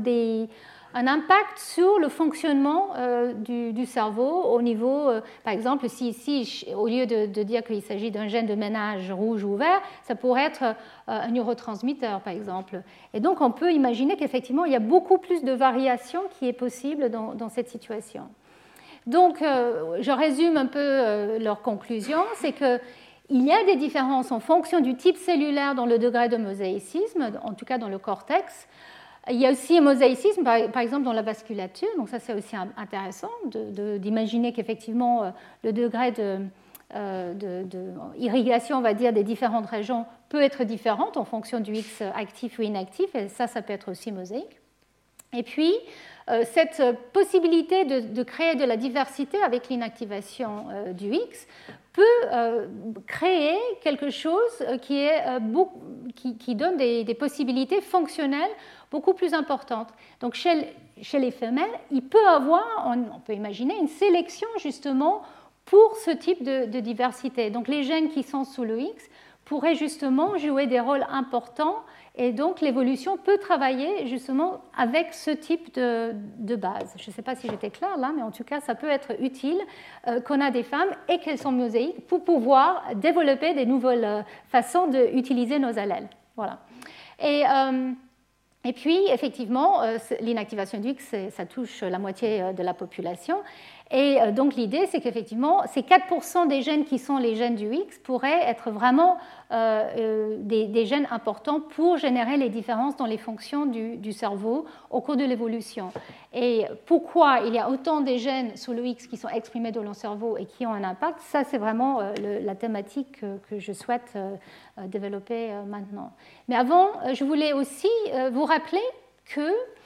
Speaker 2: un impact sur le fonctionnement du cerveau au niveau, par exemple, si ici, au lieu de dire qu'il s'agit d'un gène de ménage rouge ou vert, ça pourrait être un neurotransmetteur, par exemple. Et donc, on peut imaginer qu'effectivement, il y a beaucoup plus de variations qui est possible dans cette situation. Donc, je résume un peu leur conclusion, c'est qu'il y a des différences en fonction du type cellulaire dans le degré de mosaïcisme, en tout cas dans le cortex. Il y a aussi un mosaïcisme, par exemple, dans la vasculature, donc ça c'est aussi intéressant d'imaginer qu'effectivement le degré d'irrigation, on va dire, des différentes régions peut être différent en fonction du X actif ou inactif, et ça peut être aussi mosaïque. Et puis, cette possibilité de créer de la diversité avec l'inactivation du X peut créer quelque chose qui donne des possibilités fonctionnelles beaucoup plus importantes. Donc, chez les femelles, il peut avoir, on peut imaginer, une sélection justement pour ce type de diversité. Donc, les gènes qui sont sous le X pourraient justement jouer des rôles importants. Et donc, l'évolution peut travailler justement avec ce type de base. Je ne sais pas si j'étais claire là, mais en tout cas, ça peut être utile qu'on a des femmes et qu'elles sont mosaïques pour pouvoir développer des nouvelles façons d'utiliser nos allèles. Voilà. Et puis, effectivement, l'inactivation du X, ça touche la moitié de la population. Et donc, l'idée, c'est qu'effectivement, ces 4% des gènes qui sont les gènes du X pourraient être vraiment des gènes importants pour générer les différences dans les fonctions du cerveau au cours de l'évolution. Et pourquoi il y a autant de gènes sous le X qui sont exprimés dans le cerveau et qui ont un impact, ça, c'est vraiment la thématique que je souhaite développer maintenant. Mais avant, je voulais aussi vous rappeler que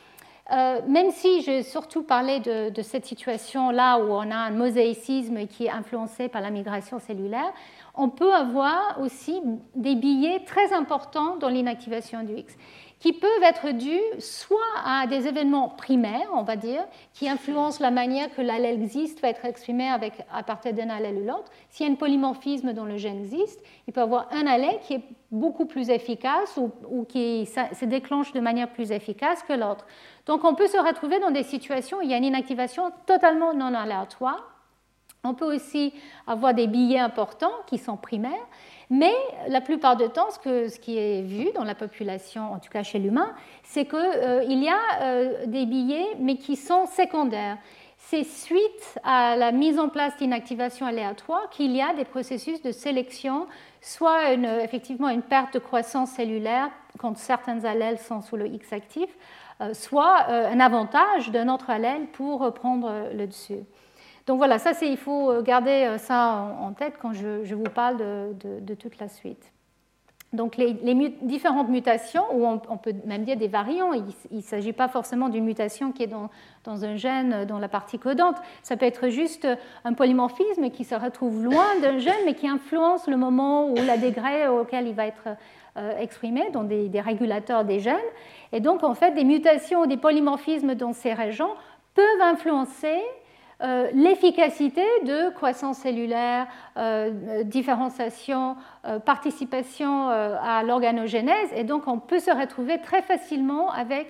Speaker 2: même si j'ai surtout parlé de cette situation-là où on a un mosaïcisme qui est influencé par la migration cellulaire, on peut avoir aussi des biais très importants dans l'inactivation du X, qui peuvent être dus soit à des événements primaires, on va dire, qui influencent la manière que l'allèle existe, va être exprimé à partir d'un allèle ou l'autre. S'il y a un polymorphisme dont le gène existe, il peut y avoir un allèle qui est beaucoup plus efficace ou qui se déclenche de manière plus efficace que l'autre. Donc on peut se retrouver dans des situations où il y a une inactivation totalement non aléatoire. On peut aussi avoir des biais importants qui sont primaires, mais la plupart du temps, ce qui est vu dans la population, en tout cas chez l'humain, c'est qu'il y a des biais, mais qui sont secondaires. C'est suite à la mise en place d'inactivation aléatoire qu'il y a des processus de sélection, soit effectivement une perte de croissance cellulaire quand certains allèles sont sous le X actif, soit un avantage d'un autre allèle pour prendre le dessus. Donc voilà, il faut garder ça en tête quand je vous parle de toute la suite. Donc les différentes mutations, ou on peut même dire des variants, il ne s'agit pas forcément d'une mutation qui est dans un gène, dans la partie codante, ça peut être juste un polymorphisme qui se retrouve loin d'un gène, mais qui influence le moment ou la degré auquel il va être exprimé, dans des régulateurs des gènes. Et donc en fait, des mutations ou des polymorphismes dans ces régions peuvent influencer l'efficacité de croissance cellulaire, différenciation, participation à l'organogénèse, et donc on peut se retrouver très facilement avec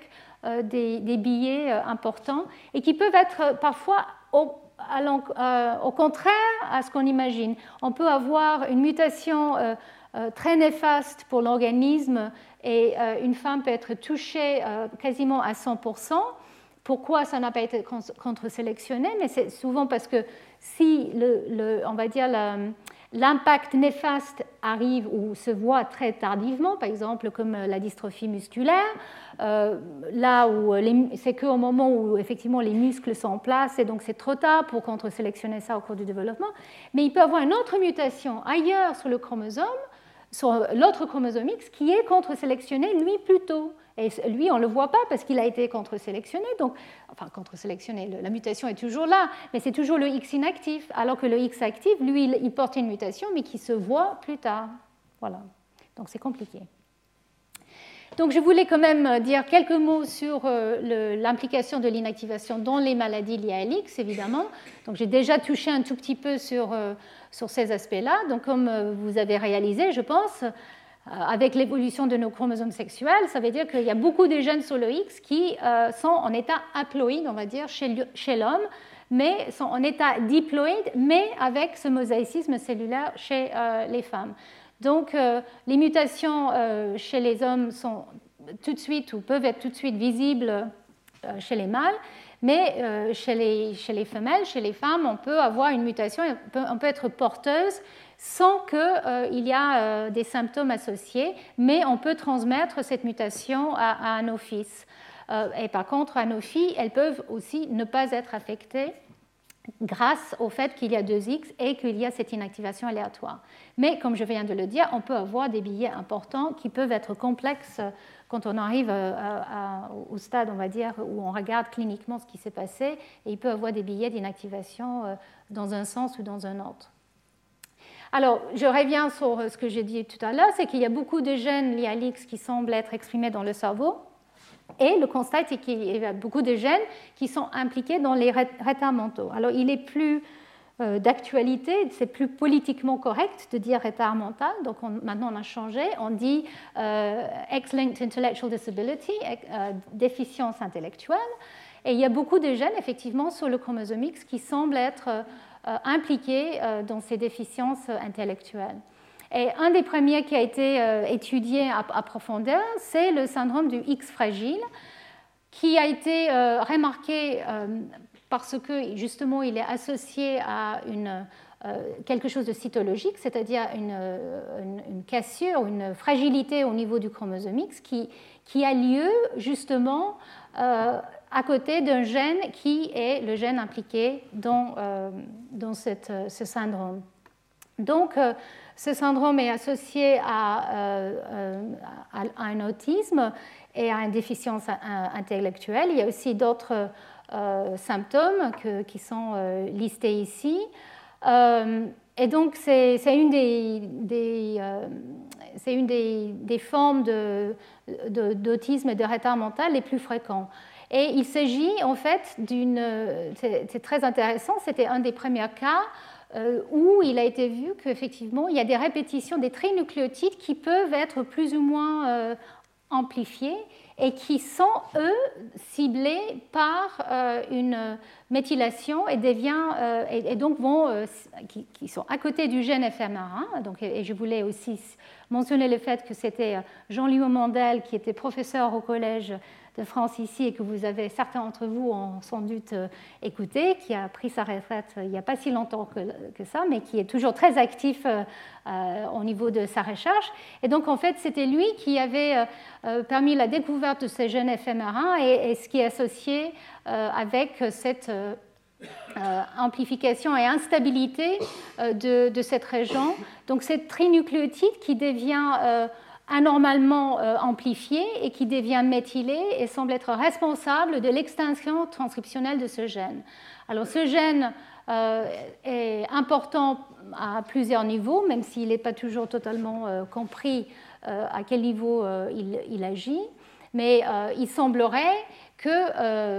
Speaker 2: des biais importants et qui peuvent être parfois au contraire à ce qu'on imagine. On peut avoir une mutation très néfaste pour l'organisme et une femme peut être touchée quasiment à 100%. Pourquoi ça n'a pas été contre-sélectionné? Mais c'est souvent parce que si on va dire l'impact néfaste arrive ou se voit très tardivement, par exemple comme la dystrophie musculaire, là où c'est qu'au moment où effectivement les muscles sont en place et donc c'est trop tard pour contre-sélectionner ça au cours du développement. Mais il peut y avoir une autre mutation ailleurs sur le chromosome, sur l'autre chromosome X, qui est contre-sélectionné lui plus tôt. Et lui, on ne le voit pas parce qu'il a été contre-sélectionné. Donc, enfin, contre-sélectionné, la mutation est toujours là, mais c'est toujours le X inactif. Alors que le X actif, lui, il porte une mutation, mais qui se voit plus tard. Voilà. Donc, c'est compliqué. Donc, je voulais quand même dire quelques mots sur l'implication de l'inactivation dans les maladies liées à l'X, évidemment. Donc, j'ai déjà touché un tout petit peu sur ces aspects-là. Donc, comme vous avez réalisé, je pense, avec l'évolution de nos chromosomes sexuels, ça veut dire qu'il y a beaucoup de gènes sur le X qui sont en état haploïde, on va dire, chez l'homme, mais sont en état diploïde, mais avec ce mosaïcisme cellulaire chez les femmes. Donc, les mutations chez les hommes sont tout de suite ou peuvent être tout de suite visibles chez les mâles, mais chez les femelles, chez les femmes, on peut avoir une mutation, on peut être porteuse sans qu'il y ait des symptômes associés, mais on peut transmettre cette mutation à nos fils. Et par contre, à nos filles, elles peuvent aussi ne pas être affectées grâce au fait qu'il y a 2X et qu'il y a cette inactivation aléatoire. Mais comme je viens de le dire, on peut avoir des biais importants qui peuvent être complexes quand on arrive au stade, on va dire, où on regarde cliniquement ce qui s'est passé, et il peut y avoir des biais d'inactivation dans un sens ou dans un autre. Alors, je reviens sur ce que j'ai dit tout à l'heure, c'est qu'il y a beaucoup de gènes liés à l'X qui semblent être exprimés dans le cerveau. Et le constat est qu'il y a beaucoup de gènes qui sont impliqués dans les retards mentaux. Alors, il est plus d'actualité, c'est plus politiquement correct de dire retard mental, donc maintenant on a changé, on dit X-linked intellectual disability, déficience intellectuelle, et il y a beaucoup de gènes effectivement sur le chromosome X qui semblent être impliqués dans ces déficiences intellectuelles. Et un des premiers qui a été étudié à profondeur, c'est le syndrome du X fragile, qui a été remarqué parce que justement il est associé à quelque chose de cytologique, c'est-à-dire une cassure, une fragilité au niveau du chromosome X qui a lieu justement à côté d'un gène qui est le gène impliqué dans ce syndrome. Donc, ce syndrome est associé à un autisme et à une déficience intellectuelle. Il y a aussi d'autres symptômes qui sont listés ici. Et donc, c'est une des formes d'autisme et de retard mental les plus fréquents. Et il s'agit en fait c'est très intéressant, c'était un des premiers cas où il a été vu qu'effectivement, il y a des répétitions des trinucléotides qui peuvent être plus ou moins amplifiés et qui sont, eux, ciblés par une méthylation et donc qui sont à côté du gène FMR1. Donc, et je voulais aussi mentionner le fait que c'était Jean-Louis Mandel, qui était professeur au Collège de France ici et que certains d'entre vous ont sans doute écouté, qui a pris sa retraite il n'y a pas si longtemps que ça, mais qui est toujours très actif au niveau de sa recherche. Et donc, en fait, c'était lui qui avait permis la découverte de ces gènes FMR1 et ce qui est associé avec cette amplification et instabilité de cette région. Donc, cette trinucléotide qui devient anormalement amplifié et qui devient méthylé et semble être responsable de l'extinction transcriptionnelle de ce gène. Alors ce gène est important à plusieurs niveaux, même s'il n'est pas toujours totalement compris à quel niveau il agit, mais il semblerait qu'il a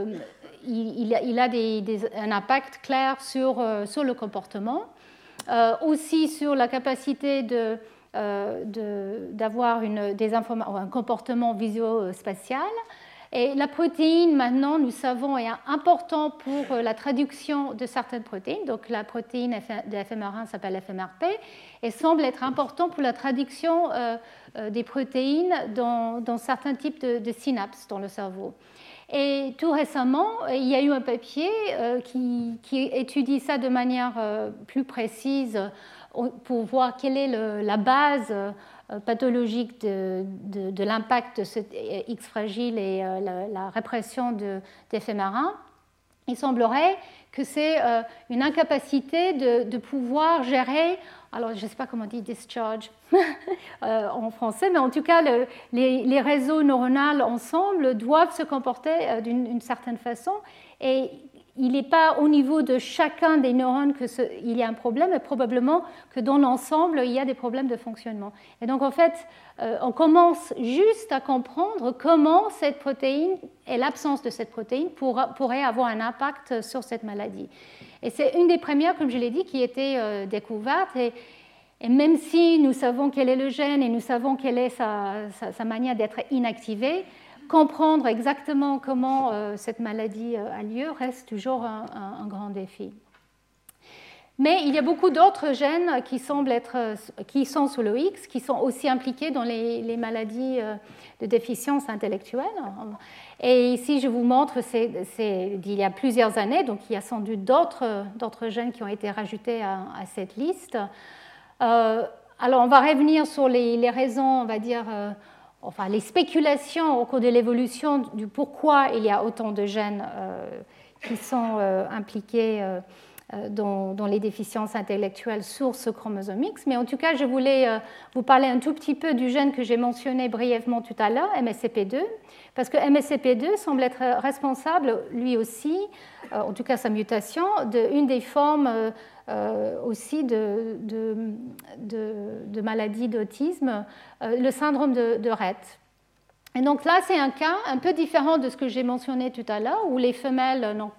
Speaker 2: un impact clair sur le comportement, aussi sur la capacité d'avoir un comportement visuo-spatial, Et la protéine, maintenant, nous savons, est important pour la traduction de certaines protéines. Donc, la protéine de FMR1 s'appelle FMRP et semble être important pour la traduction des protéines dans certains types de synapses dans le cerveau. Et tout récemment, il y a eu un papier qui étudie ça de manière plus précise pour voir quelle est la base pathologique de l'impact de ce X fragile et la répression des FMR1. Il semblerait que c'est une incapacité de pouvoir gérer, alors je ne sais pas comment on dit discharge en français, mais en tout cas les réseaux neuronaux ensemble doivent se comporter d'une certaine façon et il n'est pas au niveau de chacun des neurones qu'il y a un problème, mais probablement que dans l'ensemble, il y a des problèmes de fonctionnement. Et donc, en fait, on commence juste à comprendre comment cette protéine et l'absence de cette protéine pourrait avoir un impact sur cette maladie. Et c'est une des premières, comme je l'ai dit, qui a été découverte. Et même si nous savons quel est le gène et nous savons quelle est sa manière d'être inactivée, comprendre exactement comment cette maladie a lieu reste toujours un grand défi. Mais il y a beaucoup d'autres gènes qui sont sous le X, qui sont aussi impliqués dans les maladies de déficience intellectuelle. Et ici, je vous montre, c'est d'il y a plusieurs années, donc il y a sans doute d'autres gènes qui ont été rajoutés à cette liste. Alors, on va revenir sur les raisons, on va dire, enfin, les spéculations au cours de l'évolution du pourquoi il y a autant de gènes qui sont impliqués dans les déficiences intellectuelles sur ce chromosome X. Mais en tout cas, je voulais vous parler un tout petit peu du gène que j'ai mentionné brièvement tout à l'heure, MSCP2, parce que MSCP2 semble être responsable, lui aussi, en tout cas sa mutation, d'une des formes aussi de maladie d'autisme, le syndrome de Rett. Et donc là, c'est un cas un peu différent de ce que j'ai mentionné tout à l'heure, où les femelles n'ont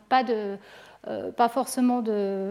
Speaker 2: pas forcément de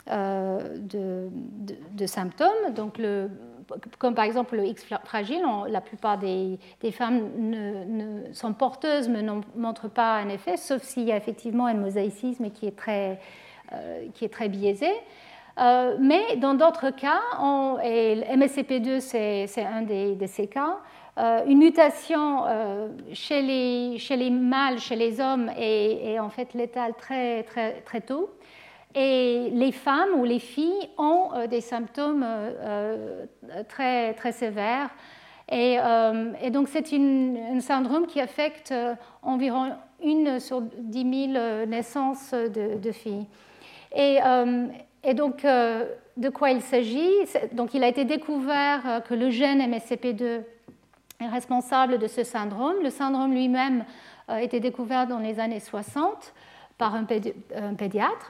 Speaker 2: symptômes. Donc comme par exemple le X fragile, la plupart des femmes sont porteuses mais ne montrent pas un effet, sauf s'il y a effectivement un mosaïcisme qui est très biaisé. Mais dans d'autres cas, et MSCP2 c'est un de ces cas, une mutation chez les mâles, chez les hommes est en fait létale très, très, très tôt. Et les femmes ou les filles ont des symptômes très, très sévères. Et donc c'est un syndrome qui affecte environ 1 sur 10 000 naissances de filles. Et donc, de quoi il s'agit? Donc, il a été découvert que le gène MSCP2 est responsable de ce syndrome. Le syndrome lui-même a été découvert dans les années 60 par un pédiatre.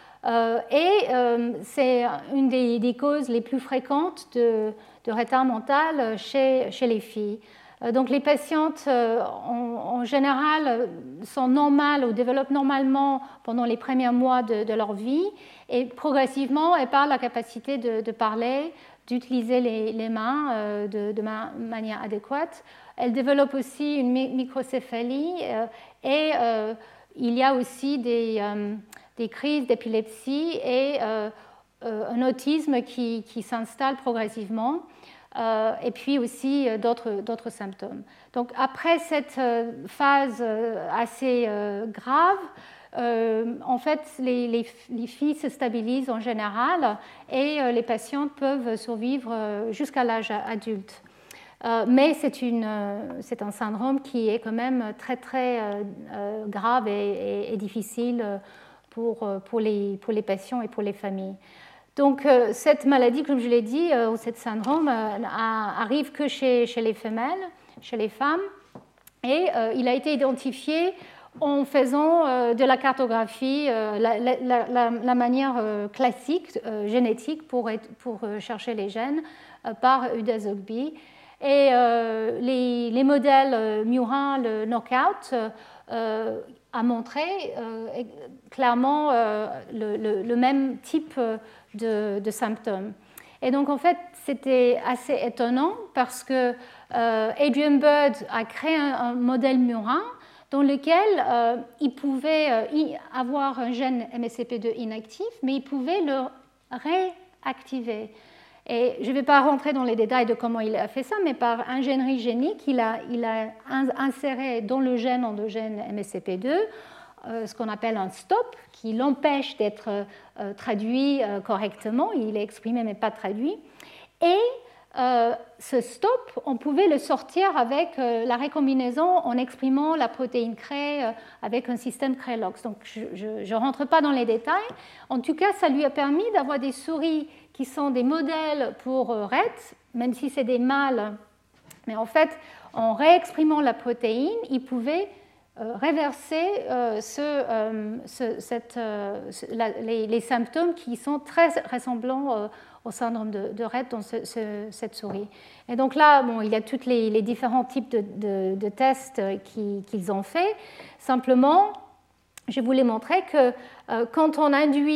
Speaker 2: C'est une des causes les plus fréquentes de retard mental chez les filles. Donc les patientes en général sont normales ou développent normalement pendant les premiers mois de leur vie et progressivement elles perdent la capacité de parler, d'utiliser les mains de manière adéquate. Elles développent aussi une microcéphalie et il y a aussi des crises d'épilepsie et un autisme qui s'installe progressivement. Et puis aussi d'autres symptômes. Donc après cette phase assez grave, en fait les filles se stabilisent en général et les patientes peuvent survivre jusqu'à l'âge adulte. Mais c'est un syndrome qui est quand même très très grave et difficile pour les patients et pour les familles. Donc, cette maladie, comme je l'ai dit, ou cette syndrome, arrive que chez les femelles, chez les femmes, et il a été identifié en faisant de la cartographie, la manière classique génétique pour chercher les gènes par Uda Zoghbi. Et les modèles murins, le knockout, a montré clairement le même type de symptômes. Et donc, en fait, c'était assez étonnant parce que Adrian Bird a créé un modèle murin dans lequel il pouvait avoir un gène MSCP2 inactif, mais il pouvait le réactiver. Et je ne vais pas rentrer dans les détails de comment il a fait ça, mais par ingénierie génique, il a inséré dans le gène endogène MSCP2 ce qu'on appelle un stop, qui l'empêche d'être traduit correctement. Il est exprimé mais pas traduit. Et ce stop, on pouvait le sortir avec la récombinaison en exprimant la protéine CRE avec un système CRE-LOX. Donc je ne rentre pas dans les détails. En tout cas, ça lui a permis d'avoir des souris qui sont des modèles pour RET, même si c'est des mâles. Mais en fait, en réexprimant la protéine, il pouvait réverser les symptômes qui sont très ressemblants au syndrome de Rett dans cette souris. Et donc là, bon, il y a tous les différents types de tests qu'ils ont fait. Simplement, je voulais montrer que quand on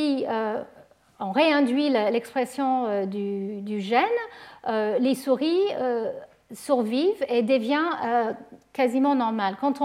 Speaker 2: réinduit l'expression du gène, les souris survivent et deviennent quasiment normales. Quand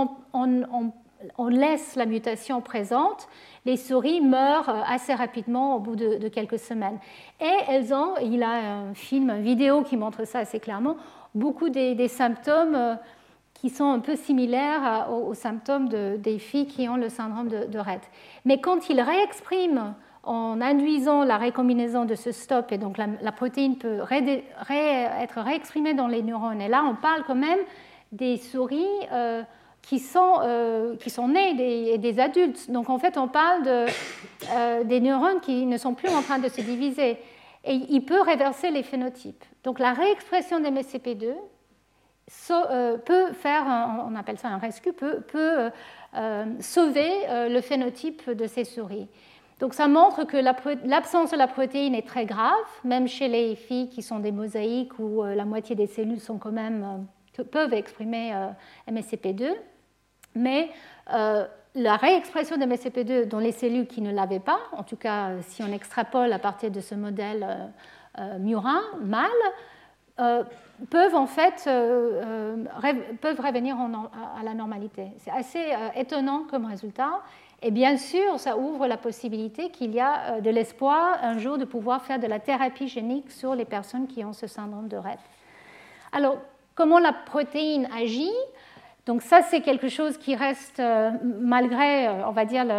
Speaker 2: on laisse la mutation présente, les souris meurent assez rapidement au bout de quelques semaines. Et il a un film, une vidéo qui montre ça assez clairement, beaucoup des symptômes qui sont un peu similaires aux symptômes des filles qui ont le syndrome de Rett. Mais quand il réexprime en induisant la récombinaison de ce stop, et donc la protéine peut être réexprimée dans les neurones. Et là, on parle quand même des souris qui sont nées, des adultes. Donc en fait, on parle des neurones qui ne sont plus en train de se diviser. Et il peut réverser les phénotypes. Donc la réexpression des MSCP2 peut faire, on appelle ça un rescue, peut sauver le phénotype de ces souris. Donc ça montre que l'absence de la protéine est très grave, même chez les filles qui sont des mosaïques où la moitié des cellules sont quand même, peuvent exprimer MSCP2, mais la réexpression de MSCP2 dans les cellules qui ne l'avaient pas, en tout cas si on extrapole à partir de ce modèle murin, mâle, peuvent en fait peuvent revenir à la normalité. C'est assez étonnant comme résultat. Et bien sûr, ça ouvre la possibilité qu'il y a de l'espoir un jour de pouvoir faire de la thérapie génique sur les personnes qui ont ce syndrome de Rett. Alors, comment la protéine agit? Donc ça, c'est quelque chose qui reste, malgré, on va dire,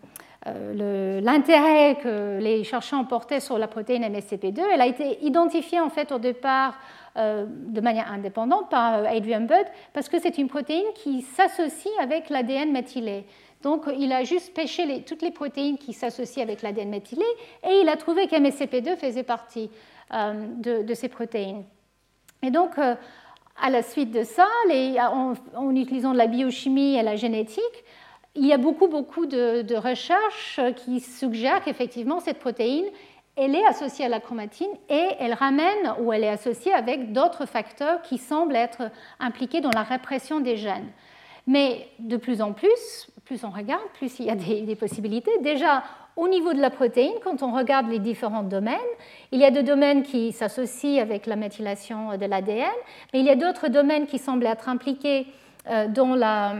Speaker 2: l'intérêt que les chercheurs portaient sur la protéine MSCP2. Elle a été identifiée en fait au départ de manière indépendante par Adrian Budd parce que c'est une protéine qui s'associe avec l'ADN méthylé. Donc, il a juste pêché toutes les protéines qui s'associent avec l'ADN méthylé et il a trouvé qu'MSCP2 faisait partie de ces protéines. Et donc, à la suite de ça, en utilisant de la biochimie et la génétique, il y a beaucoup de recherches qui suggèrent qu'effectivement, cette protéine, elle est associée à la chromatine et elle ramène ou elle est associée avec d'autres facteurs qui semblent être impliqués dans la répression des gènes. Mais de plus en plus on regarde, plus il y a des possibilités. Déjà, au niveau de la protéine, quand on regarde les différents domaines, il y a des domaines qui s'associent avec la méthylation de l'ADN, mais il y a d'autres domaines qui semblent être impliqués dans la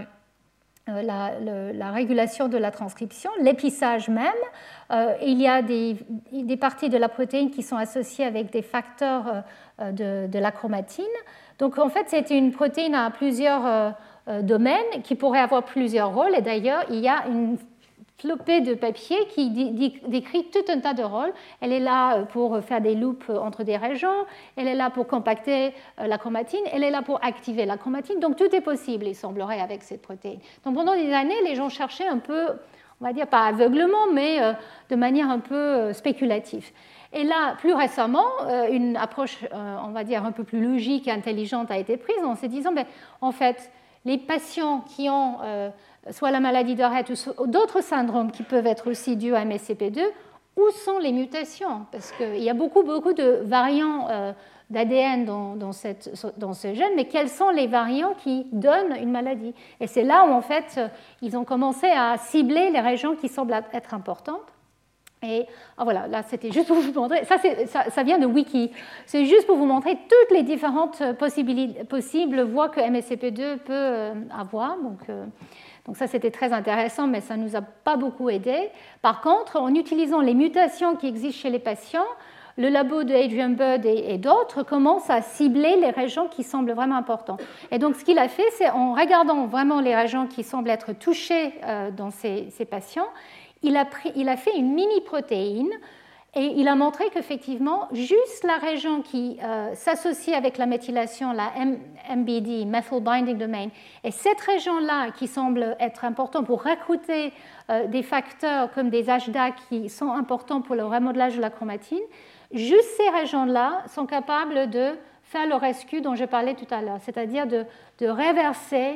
Speaker 2: régulation de la transcription, l'épissage même. Il y a des parties de la protéine qui sont associées avec des facteurs de la chromatine. Donc en fait, c'est une protéine à plusieurs domaines qui pourrait avoir plusieurs rôles. Et d'ailleurs, il y a une flopée de papier qui décrit tout un tas de rôles. Elle est là pour faire des loops entre des régions, elle est là pour compacter la chromatine, elle est là pour activer la chromatine. Donc tout est possible, il semblerait, avec cette protéine. Donc pendant des années, les gens cherchaient un peu, on va dire pas aveuglement, mais de manière un peu spéculative. Et là, plus récemment, une approche, on va dire, un peu plus logique et intelligente a été prise en se disant, en fait, les patients qui ont soit la maladie de Rett ou d'autres syndromes qui peuvent être aussi dus à MSCP2, où sont les mutations? Parce qu'il y a beaucoup de variants d'ADN dans ce gène, mais quels sont les variants qui donnent une maladie? Et c'est là où, en fait, ils ont commencé à cibler les régions qui semblent être importantes. Et voilà, là c'était juste pour vous montrer, ça vient de Wiki, c'est juste pour vous montrer toutes les différentes possibles voies que MSCP2 peut avoir. Donc ça c'était très intéressant, mais ça ne nous a pas beaucoup aidé. Par contre, en utilisant les mutations qui existent chez les patients, le labo de Adrian Bird et d'autres commence à cibler les régions qui semblent vraiment importantes. Et donc ce qu'il a fait, c'est en regardant vraiment les régions qui semblent être touchées dans ces patients, il a fait une mini-protéine et il a montré qu'effectivement, juste la région qui s'associe avec la méthylation, la MBD, Methyl Binding Domain, et cette région-là qui semble être importante pour recruter des facteurs comme des HDA qui sont importants pour le remodelage de la chromatine, juste ces régions-là sont capables de faire le rescue dont je parlais tout à l'heure, c'est-à-dire de réverser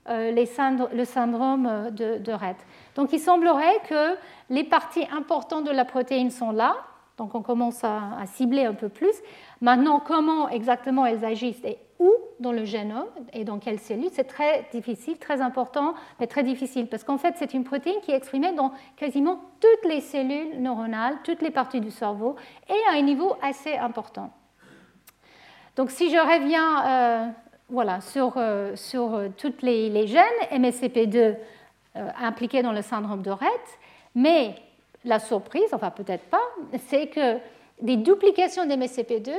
Speaker 2: le syndrome de Rett. Donc il semblerait que les parties importantes de la protéine sont là, donc on commence à cibler un peu plus. Maintenant, comment exactement elles agissent et où dans le génome et dans quelles cellules, c'est très difficile, très important, mais très difficile, parce qu'en fait c'est une protéine qui est exprimée dans quasiment toutes les cellules neuronales, toutes les parties du cerveau, et à un niveau assez important. Donc si je reviens sur toutes les gènes MSCP2 impliqués dans le syndrome de Rett, mais la surprise, enfin peut-être pas, c'est que des duplications d'MSCP2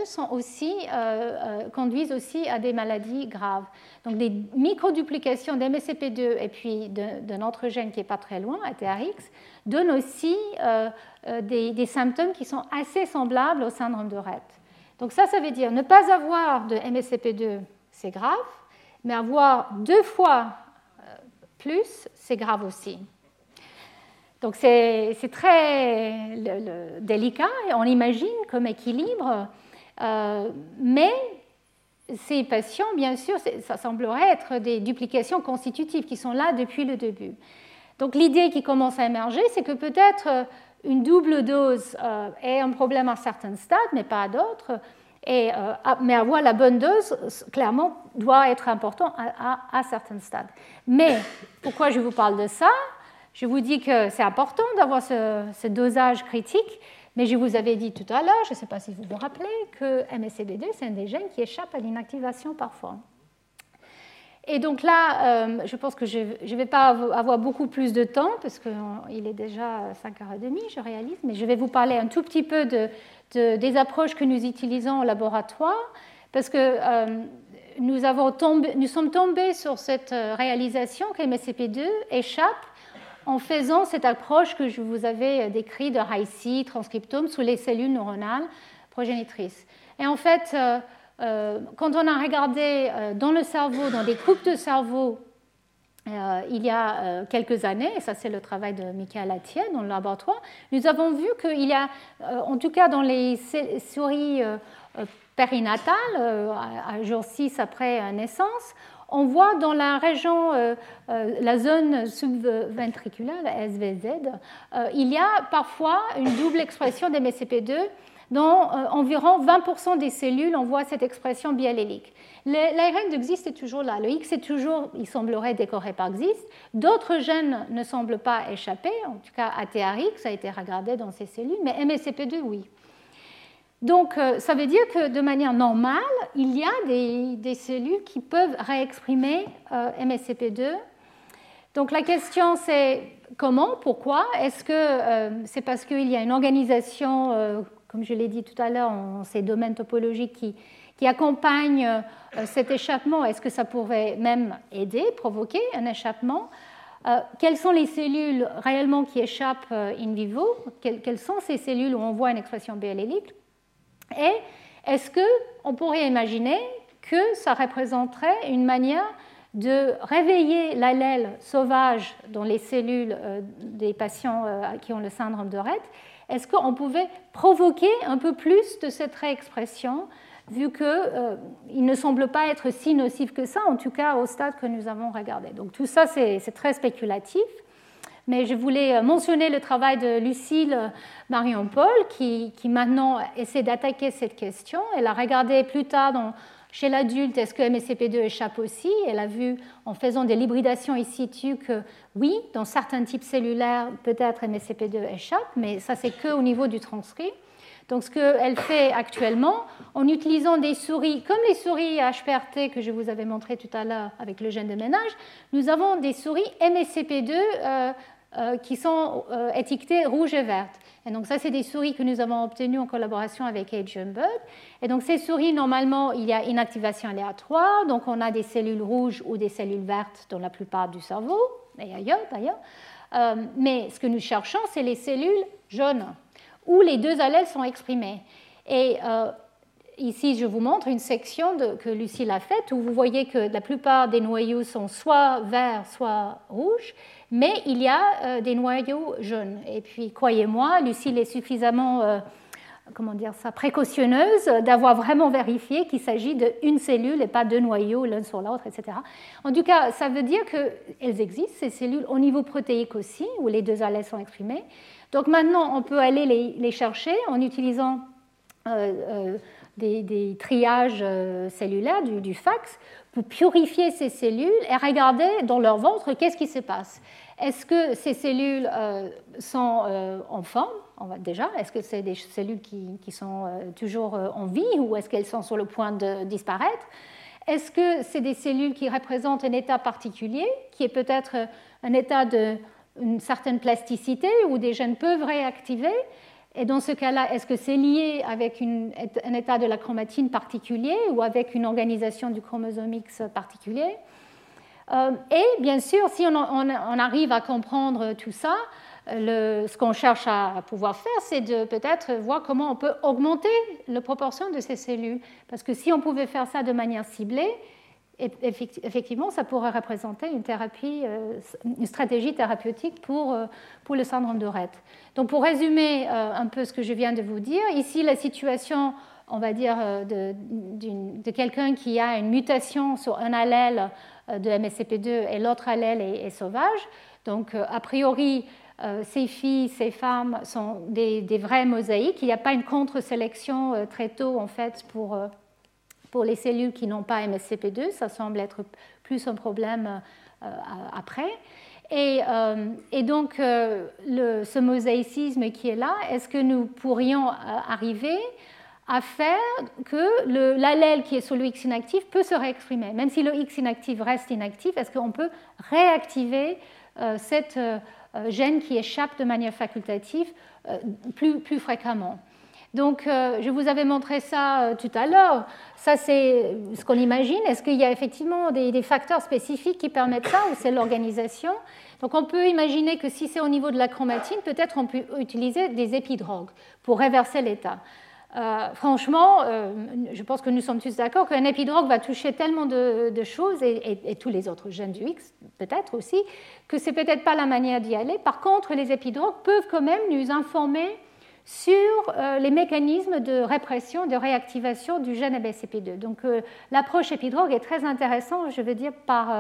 Speaker 2: conduisent aussi à des maladies graves. Donc des microduplications d'MSCP2 et puis d'un autre gène qui n'est pas très loin, ATRX, donnent aussi des symptômes qui sont assez semblables au syndrome de Rett. Donc ça veut dire ne pas avoir de MSCP2, c'est grave, mais avoir 2 fois plus, c'est grave aussi. Donc c'est très délicat, on imagine, comme équilibre, mais ces patients, bien sûr, ça semblerait être des duplications constitutives qui sont là depuis le début. Donc l'idée qui commence à émerger, c'est que peut-être une double dose est un problème à certains stades, mais pas à d'autres, mais avoir la bonne dose, clairement, doit être important à certains stades. Mais pourquoi je vous parle de ça ? Je vous dis que c'est important d'avoir ce dosage critique, mais je vous avais dit tout à l'heure, je ne sais pas si vous vous rappelez, que MSCP2, c'est un des gènes qui échappe à l'inactivation parfois. Et donc là, je pense que je ne vais pas avoir beaucoup plus de temps, parce qu'il est déjà 5h30, je réalise, mais je vais vous parler un tout petit peu des approches que nous utilisons au laboratoire, parce que nous sommes tombés sur cette réalisation que MSCP2 échappe en faisant cette approche que je vous avais décrite de high-C, transcriptome, sous les cellules neuronales progénitrices. Et en fait, quand on a regardé dans le cerveau, dans des groupes de cerveau, il y a quelques années, et ça c'est le travail de Michael Attier dans le laboratoire, nous avons vu qu'il y a, en tout cas dans les souris périnatales, à jour 6 après naissance, on voit dans la région, la zone subventriculaire, la SVZ, il y a parfois une double expression d'MSCP2. Dans environ 20% des cellules, on voit cette expression biallélique. L'ARN existe toujours là. Le X est toujours, il semblerait, décoré par XIST. D'autres gènes ne semblent pas échapper. En tout cas, ATRX a été regardé dans ces cellules, mais MSCP2, oui. Donc, ça veut dire que de manière normale, il y a des cellules qui peuvent réexprimer MSCP2. Donc, la question, c'est comment, pourquoi? Est-ce que c'est parce qu'il y a une organisation, comme je l'ai dit tout à l'heure, en ces domaines topologiques qui accompagnent cet échappement? Est-ce que ça pourrait même aider, provoquer un échappement? Quelles sont les cellules réellement qui échappent in vivo? Quelles sont ces cellules où on voit une expression biallélique? Et est-ce qu'on pourrait imaginer que ça représenterait une manière de réveiller l'allèle sauvage dans les cellules des patients qui ont le syndrome de Rett? Est-ce qu'on pouvait provoquer un peu plus de cette réexpression, vu qu'il ne semble pas être si nocif que ça, en tout cas au stade que nous avons regardé. Donc tout ça, c'est très spéculatif. Mais je voulais mentionner le travail de Lucille Marion-Paul qui maintenant essaie d'attaquer cette question. Elle a regardé plus tard chez l'adulte, est-ce que MSCP2 échappe aussi? Elle a vu, en faisant des hybridations in situ, que oui, dans certains types cellulaires, peut-être MSCP2 échappe, mais ça, c'est qu'au niveau du transcrit. Donc, ce qu'elle fait actuellement, en utilisant des souris, comme les souris HPRT que je vous avais montré tout à l'heure avec le gène de ménage, nous avons des souris MSCP2 qui sont étiquetées rouge et verte. Et donc, ça, c'est des souris que nous avons obtenues en collaboration avec Adrian Bird. Et donc, ces souris, normalement, il y a inactivation aléatoire. Donc, on a des cellules rouges ou des cellules vertes dans la plupart du cerveau, et ailleurs d'ailleurs. Mais ce que nous cherchons, c'est les cellules jaunes, où les deux allèles sont exprimés. Et ici, je vous montre une section que Lucille a faite, où vous voyez que la plupart des noyaux sont soit verts, soit rouges, mais il y a des noyaux jaunes. Et puis, croyez-moi, Lucille est suffisamment précautionneuse d'avoir vraiment vérifié qu'il s'agit d'une cellule et pas deux noyaux l'un sur l'autre, etc. En tout cas, ça veut dire qu'elles existent, ces cellules, au niveau protéique aussi, où les deux allèles sont exprimés. Donc maintenant, on peut aller les chercher en utilisant des triages cellulaires, du FACS, pour purifier ces cellules et regarder dans leur ventre qu'est-ce qui se passe. Est-ce que ces cellules sont en forme? Déjà, est-ce que c'est des cellules qui sont toujours en vie ou est-ce qu'elles sont sur le point de disparaître? Est-ce que c'est des cellules qui représentent un état particulier, qui est peut-être un état d'une certaine plasticité où des gènes peuvent réactiver? Et dans ce cas-là, est-ce que c'est lié avec un état de la chromatine particulier ou avec une organisation du chromosome X particulier? Et bien sûr, si on arrive à comprendre tout ça, ce qu'on cherche à pouvoir faire, c'est de peut-être voir comment on peut augmenter la proportion de ces cellules. Parce que si on pouvait faire ça de manière ciblée, effectivement, ça pourrait représenter une stratégie thérapeutique pour le syndrome de Rett. Donc, pour résumer un peu ce que je viens de vous dire, ici, la situation, on va dire, de quelqu'un qui a une mutation sur un allèle de MSCP2 et l'autre allèle est sauvage. Donc, a priori, ces filles, ces femmes sont des vraies mosaïques. Il n'y a pas une contre-sélection très tôt, en fait, pour les cellules qui n'ont pas MSCP2, ça semble être plus un problème après. Et donc, ce mosaïcisme qui est là, est-ce que nous pourrions arriver à faire que l'allèle qui est sur le X inactif peut se réexprimer? Même si le X inactif reste inactif, est-ce qu'on peut réactiver cette gène qui échappe de manière facultative plus fréquemment? Donc, je vous avais montré ça tout à l'heure. Ça, c'est ce qu'on imagine. Est-ce qu'il y a effectivement des facteurs spécifiques qui permettent ça ou c'est l'organisation? Donc, on peut imaginer que si c'est au niveau de la chromatine, peut-être on peut utiliser des épidrogues pour réverser l'état. Franchement, je pense que nous sommes tous d'accord qu'un épidrogue va toucher tellement de choses, et tous les autres gènes du X peut-être aussi, que ce n'est peut-être pas la manière d'y aller. Par contre, les épidrogues peuvent quand même nous informer sur les mécanismes de répression, de réactivation du gène MSCP2. Donc l'approche épidrogue est très intéressante, je veux dire,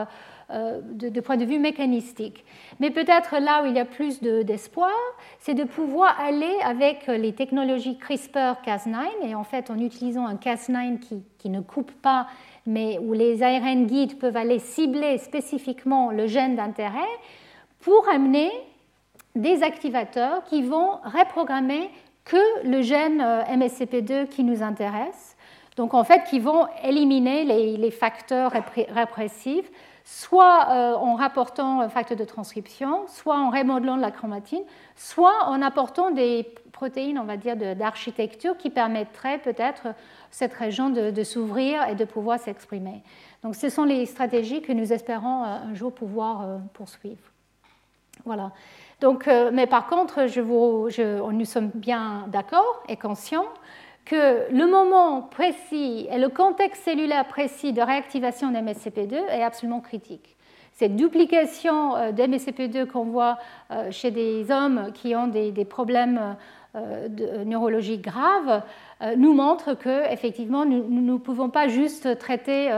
Speaker 2: de point de vue mécanistique. Mais peut-être là où il y a plus d'espoir, c'est de pouvoir aller avec les technologies CRISPR-Cas9, et en fait en utilisant un Cas9 qui ne coupe pas, mais où les ARN guides peuvent aller cibler spécifiquement le gène d'intérêt pour amener des activateurs qui vont reprogrammer que le gène MSCP2 qui nous intéresse, donc en fait qui vont éliminer les facteurs répressifs, soit en rapportant un facteur de transcription, soit en remodelant la chromatine, soit en apportant des protéines, on va dire, d'architecture qui permettraient peut-être cette région de s'ouvrir et de pouvoir s'exprimer. Donc ce sont les stratégies que nous espérons un jour pouvoir poursuivre. Voilà. Donc, mais par contre, nous sommes bien d'accord et conscients que le moment précis et le contexte cellulaire précis de réactivation d'MSCP2 est absolument critique. Cette duplication d'MSCP2 qu'on voit chez des hommes qui ont des problèmes neurologiques graves nous montre qu'effectivement, nous ne pouvons pas juste traiter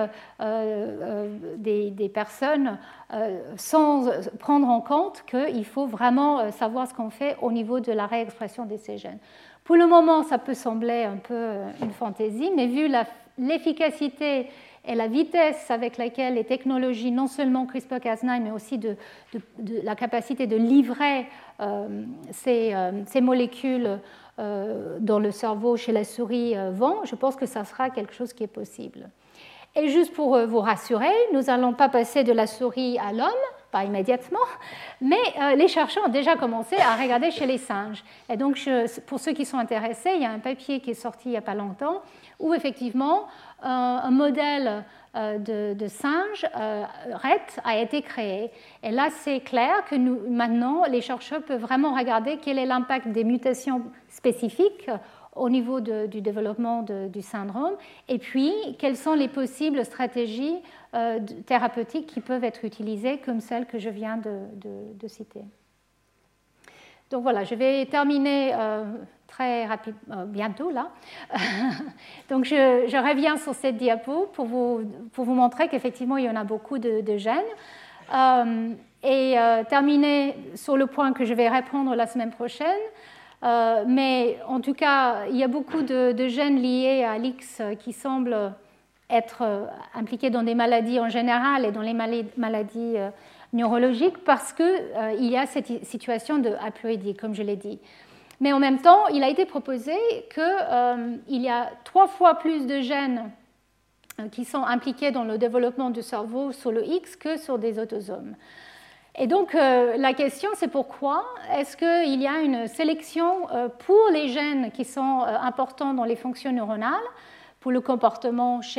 Speaker 2: des personnes sans prendre en compte qu'il faut vraiment savoir ce qu'on fait au niveau de la réexpression de ces gènes. Pour le moment, ça peut sembler un peu une fantaisie, mais vu l'efficacité et la vitesse avec laquelle les technologies, non seulement CRISPR-Cas9, mais aussi de la capacité de livrer ces molécules dans le cerveau chez la souris vont, je pense que ça sera quelque chose qui est possible. Et juste pour vous rassurer, nous n'allons pas passer de la souris à l'homme, pas immédiatement, mais les chercheurs ont déjà commencé à regarder chez les singes. Et donc, pour ceux qui sont intéressés, il y a un papier qui est sorti il n'y a pas longtemps où effectivement un modèle de singe RET a été créé. Et là, c'est clair que maintenant, les chercheurs peuvent vraiment regarder quel est l'impact des mutations spécifiques au niveau du développement du syndrome, et puis quelles sont les possibles stratégies thérapeutiques qui peuvent être utilisées, comme celles que je viens de citer. Donc voilà, je vais terminer très rapidement, bientôt là. Donc je reviens sur cette diapo pour vous montrer qu'effectivement il y en a beaucoup de gènes, et terminer sur le point que je vais reprendre la semaine prochaine. Mais en tout cas, il y a beaucoup de gènes liés à l'X qui semblent être impliqués dans des maladies en général et dans les maladies neurologiques parce qu'il y a cette situation de haploïdie, comme je l'ai dit. Mais en même temps, il a été proposé qu'il y a 3 fois plus de gènes qui sont impliqués dans le développement du cerveau sur le X que sur des autosomes. Et donc, la question, c'est pourquoi est-ce qu'il y a une sélection pour les gènes qui sont importants dans les fonctions neuronales, pour le comportement chez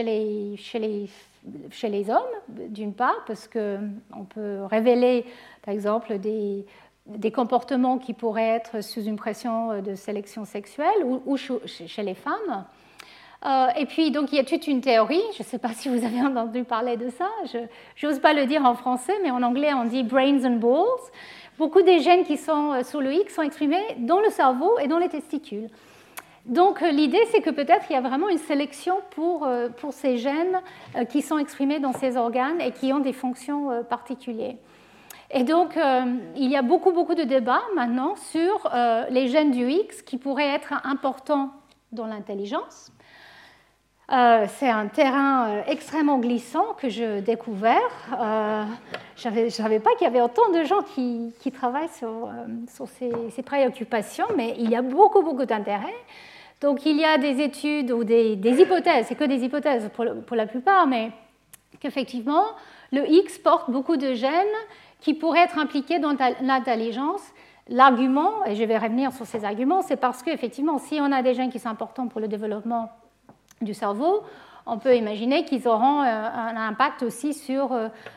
Speaker 2: les hommes, d'une part, parce qu'on peut révéler, par exemple, des comportements qui pourraient être sous une pression de sélection sexuelle ou chez les femmes. Et puis, donc, il y a toute une théorie, je ne sais pas si vous avez entendu parler de ça, je n'ose pas le dire en français, mais en anglais, on dit « brains and balls ». Beaucoup des gènes qui sont sur le X sont exprimés dans le cerveau et dans les testicules. Donc, l'idée, c'est que peut-être il y a vraiment une sélection pour ces gènes qui sont exprimés dans ces organes et qui ont des fonctions particulières. Et donc, il y a beaucoup de débats maintenant sur les gènes du X qui pourraient être importants dans l'intelligence. C'est un terrain extrêmement glissant que j'ai découvert. Je ne savais pas qu'il y avait autant de gens qui travaillent sur ces préoccupations, mais il y a beaucoup d'intérêt. Donc il y a des études ou des hypothèses, c'est que des hypothèses pour la plupart, mais qu'effectivement, le X porte beaucoup de gènes qui pourraient être impliqués dans l'intelligence. L'argument, et je vais revenir sur ces arguments, c'est parce qu'effectivement, si on a des gènes qui sont importants pour le développement du cerveau, on peut imaginer qu'ils auront un impact aussi sur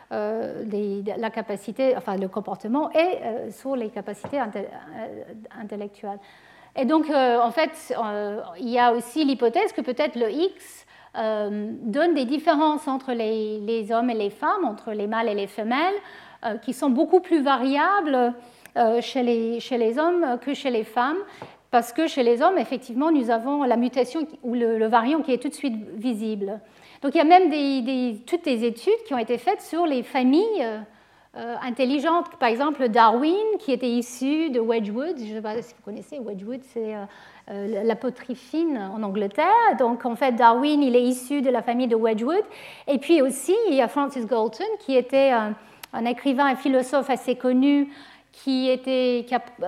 Speaker 2: la capacité, enfin le comportement et sur les capacités intellectuelles. Et donc, en fait, il y a aussi l'hypothèse que peut-être le X donne des différences entre les hommes et les femmes, entre les mâles et les femelles, qui sont beaucoup plus variables chez les hommes que chez les femmes. Parce que chez les hommes, effectivement, nous avons la mutation ou le variant qui est tout de suite visible. Donc il y a même toutes des études qui ont été faites sur les familles intelligentes. Par exemple, Darwin, qui était issu de Wedgwood. Je ne sais pas si vous connaissez Wedgwood, c'est l'apotriphine en Angleterre. Donc en fait, Darwin, il est issu de la famille de Wedgwood. Et puis aussi, il y a Francis Galton, qui était un écrivain et philosophe assez connu, qui était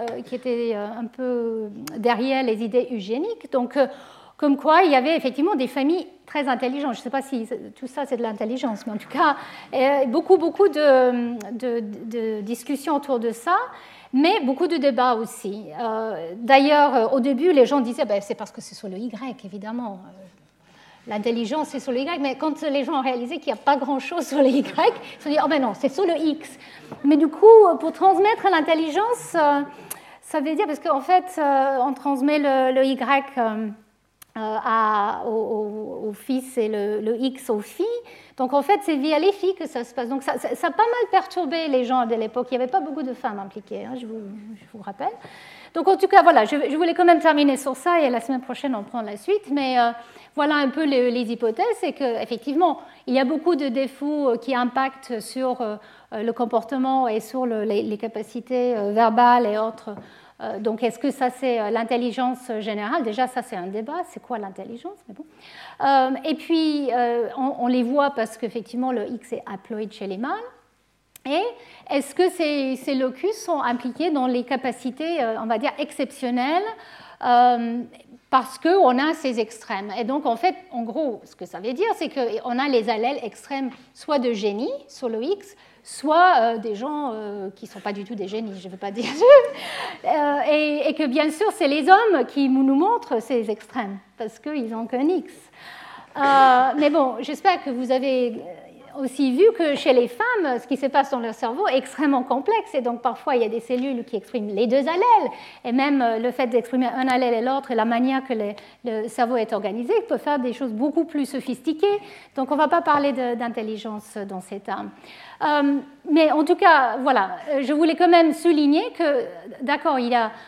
Speaker 2: un peu derrière les idées eugéniques. Donc, comme quoi, il y avait effectivement des familles très intelligentes. Je ne sais pas si tout ça, c'est de l'intelligence, mais en tout cas, beaucoup de discussions autour de ça, mais beaucoup de débats aussi. D'ailleurs, au début, les gens disaient c'est parce que c'est sur le Y, évidemment. L'intelligence, c'est sur le Y, mais quand les gens ont réalisé qu'il n'y a pas grand-chose sur le Y, ils se sont dit, oh ben non, c'est sur le X. Mais du coup, pour transmettre l'intelligence, ça veut dire, parce qu'en fait, on transmet le Y au fils et le X aux filles. Donc en fait, c'est via les filles que ça se passe. Donc ça a pas mal perturbé les gens de l'époque. Il n'y avait pas beaucoup de femmes impliquées, je vous rappelle. Donc en tout cas, voilà, je voulais quand même terminer sur ça et la semaine prochaine, on prend la suite. Mais voilà un peu les hypothèses. C'est qu'effectivement, il y a beaucoup de défauts qui impactent sur le comportement et sur les capacités verbales et autres
Speaker 3: Donc, est-ce que ça, c'est l'intelligence générale? Déjà, ça, c'est un débat. C'est quoi l'intelligence? Mais bon. Et puis, on les voit parce qu'effectivement, le X est haploïde chez les mâles. Et est-ce que ces locus sont impliqués dans les capacités, on va dire, exceptionnelles parce qu'on a ces extrêmes? Et donc, en fait, en gros, ce que ça veut dire, c'est qu'on a les allèles extrêmes soit de génie sur le X, soit des gens qui ne sont pas du tout des génies, je ne veux pas dire. Et que bien sûr, c'est les hommes qui nous montrent ces extrêmes, parce qu'ils n'ont qu'un X. Mais bon, j'espère que vous avez aussi vu que chez les femmes, ce qui se passe dans leur cerveau est extrêmement complexe. Et donc, parfois, il y a des cellules qui expriment les deux allèles. Et même le fait d'exprimer un allèle et l'autre et la manière que le cerveau est organisé peut faire des choses beaucoup plus sophistiquées. Donc, on ne va pas parler d'intelligence dans ces termes. Mais en tout cas, voilà, je voulais quand même souligner que, d'accord, il y a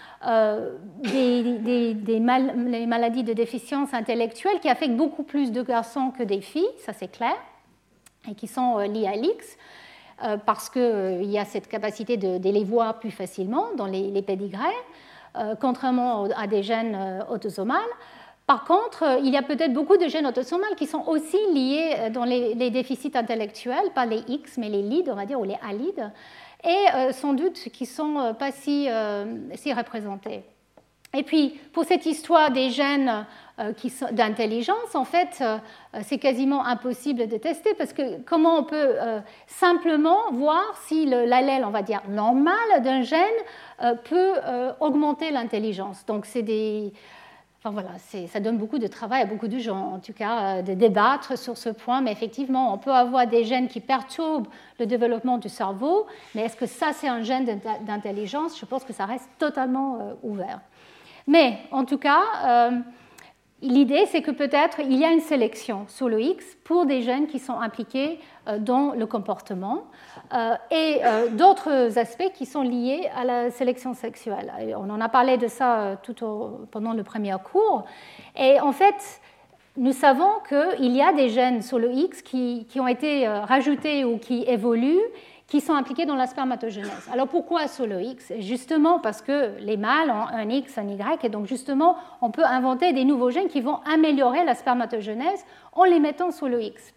Speaker 3: les maladies de déficience intellectuelle qui affectent beaucoup plus de garçons que des filles, ça c'est clair, et qui sont liées à l'X, parce qu'il y a cette capacité de les voir plus facilement dans les pédigrés, contrairement à des gènes autosomales. Par contre, il y a peut-être beaucoup de gènes autosomales qui sont aussi liés dans les déficits intellectuels, pas les X, mais les LID, on va dire, ou les ALID, et sans doute qui ne sont pas si représentés. Et puis, pour cette histoire des gènes d'intelligence, en fait, c'est quasiment impossible de tester parce que comment on peut simplement voir si l'allèle, on va dire, normal d'un gène peut augmenter l'intelligence. Donc, c'est des... Enfin, voilà, ça donne beaucoup de travail à beaucoup de gens, en tout cas, de débattre sur ce point. Mais effectivement, on peut avoir des gènes qui perturbent le développement du cerveau, mais est-ce que ça, c'est un gène d'intelligence? Je pense que ça reste totalement ouvert. Mais en tout cas, l'idée, c'est que peut-être il y a une sélection sur le X pour des gènes qui sont impliqués dans le comportement et d'autres aspects qui sont liés à la sélection sexuelle. Et on en a parlé de ça pendant le premier cours. Et en fait, nous savons qu'il y a des gènes sur le X qui ont été rajoutés ou qui évoluent, qui sont impliqués dans la spermatogenèse. Alors pourquoi sur le X? Justement parce que les mâles ont un X, un Y, et donc justement on peut inventer des nouveaux gènes qui vont améliorer la spermatogenèse en les mettant sur le X.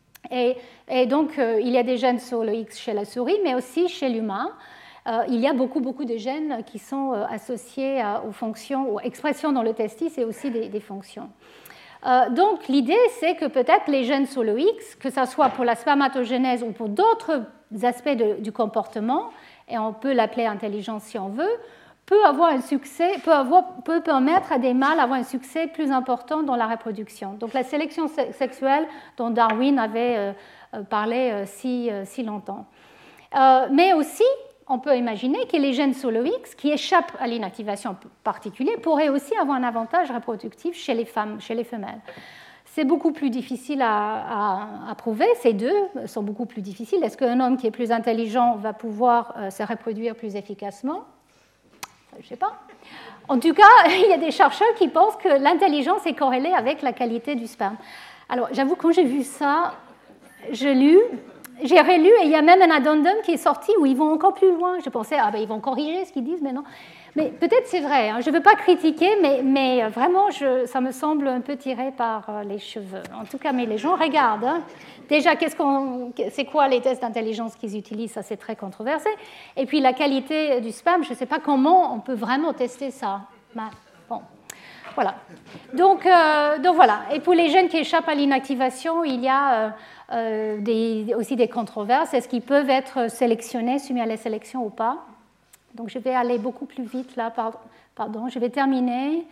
Speaker 3: Et donc il y a des gènes sur le X chez la souris, mais aussi chez l'humain. Il y a beaucoup de gènes qui sont associés aux fonctions, aux expressions dans le testis et aussi des fonctions. Donc l'idée, c'est que peut-être les gènes sur le X, que ce soit pour la spermatogenèse ou pour d'autres aspects du comportement, et on peut l'appeler intelligence si on veut, peut avoir un succès, peut permettre à des mâles d'avoir un succès plus important dans la reproduction. Donc la sélection sexuelle dont Darwin avait parlé si longtemps. Mais aussi, on peut imaginer que les gènes sur le X qui échappent à l'inactivation particulière pourraient aussi avoir un avantage reproductif chez les femmes, chez les femelles. C'est beaucoup plus difficile à prouver, ces deux sont beaucoup plus difficiles. Est-ce qu'un homme qui est plus intelligent va pouvoir se reproduire plus efficacement? Je ne sais pas. En tout cas, il y a des chercheurs qui pensent que l'intelligence est corrélée avec la qualité du sperme. Alors, j'avoue, quand j'ai vu ça, j'ai relu, et il y a même un addendum qui est sorti où ils vont encore plus loin. Je pensais, ils vont corriger ce qu'ils disent, mais non. Mais peut-être c'est vrai, hein. Je ne veux pas critiquer, mais vraiment, ça me semble un peu tiré par les cheveux. En tout cas, mais les gens regardent. Hein. Déjà, c'est quoi les tests d'intelligence qu'ils utilisent? Ça, c'est très controversé. Et puis, la qualité du sperme, je ne sais pas comment on peut vraiment tester ça. Bon, voilà. Donc voilà. Et pour les gènes qui échappent à l'inactivation, il y a aussi des controverses. Est-ce qu'ils peuvent être sélectionnés, soumis à la sélection ou pas? Donc je vais aller beaucoup plus vite là, pardon, je vais terminer.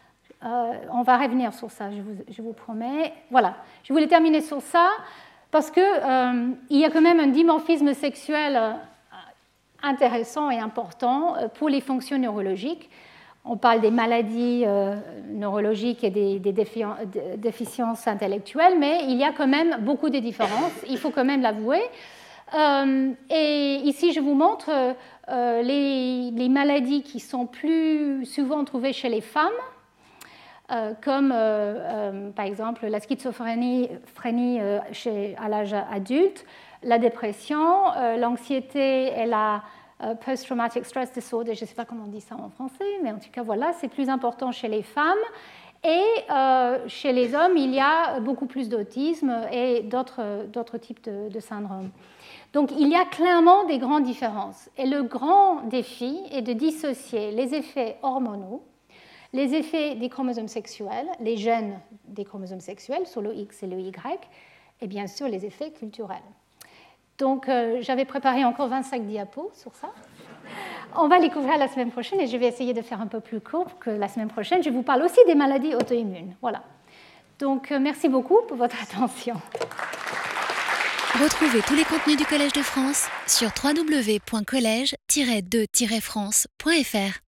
Speaker 3: On va revenir sur ça, je vous promets. Voilà, je voulais terminer sur ça parce qu'il y a quand même un dimorphisme sexuel intéressant et important pour les fonctions neurologiques. On parle des maladies neurologiques et des déficiences intellectuelles, mais il y a quand même beaucoup de différences, il faut quand même l'avouer. Et ici, je vous montre les maladies qui sont plus souvent trouvées chez les femmes, comme par exemple la schizophrénie à l'âge adulte, la dépression, l'anxiété et la post-traumatic stress disorder, je ne sais pas comment on dit ça en français, mais en tout cas, voilà, c'est plus important chez les femmes. Et chez les hommes, il y a beaucoup plus d'autisme et d'autres types de syndromes. Donc, il y a clairement des grandes différences. Et le grand défi est de dissocier les effets hormonaux, les effets des chromosomes sexuels, les gènes des chromosomes sexuels sur le X et le Y, et bien sûr les effets culturels. Donc, j'avais préparé encore 25 diapos sur ça. On va les couvrir la semaine prochaine et je vais essayer de faire un peu plus court que la semaine prochaine. Je vous parle aussi des maladies auto-immunes. Voilà. Donc, merci beaucoup pour votre attention.
Speaker 1: Retrouvez tous les contenus du Collège de France sur www.collège-2-france.fr.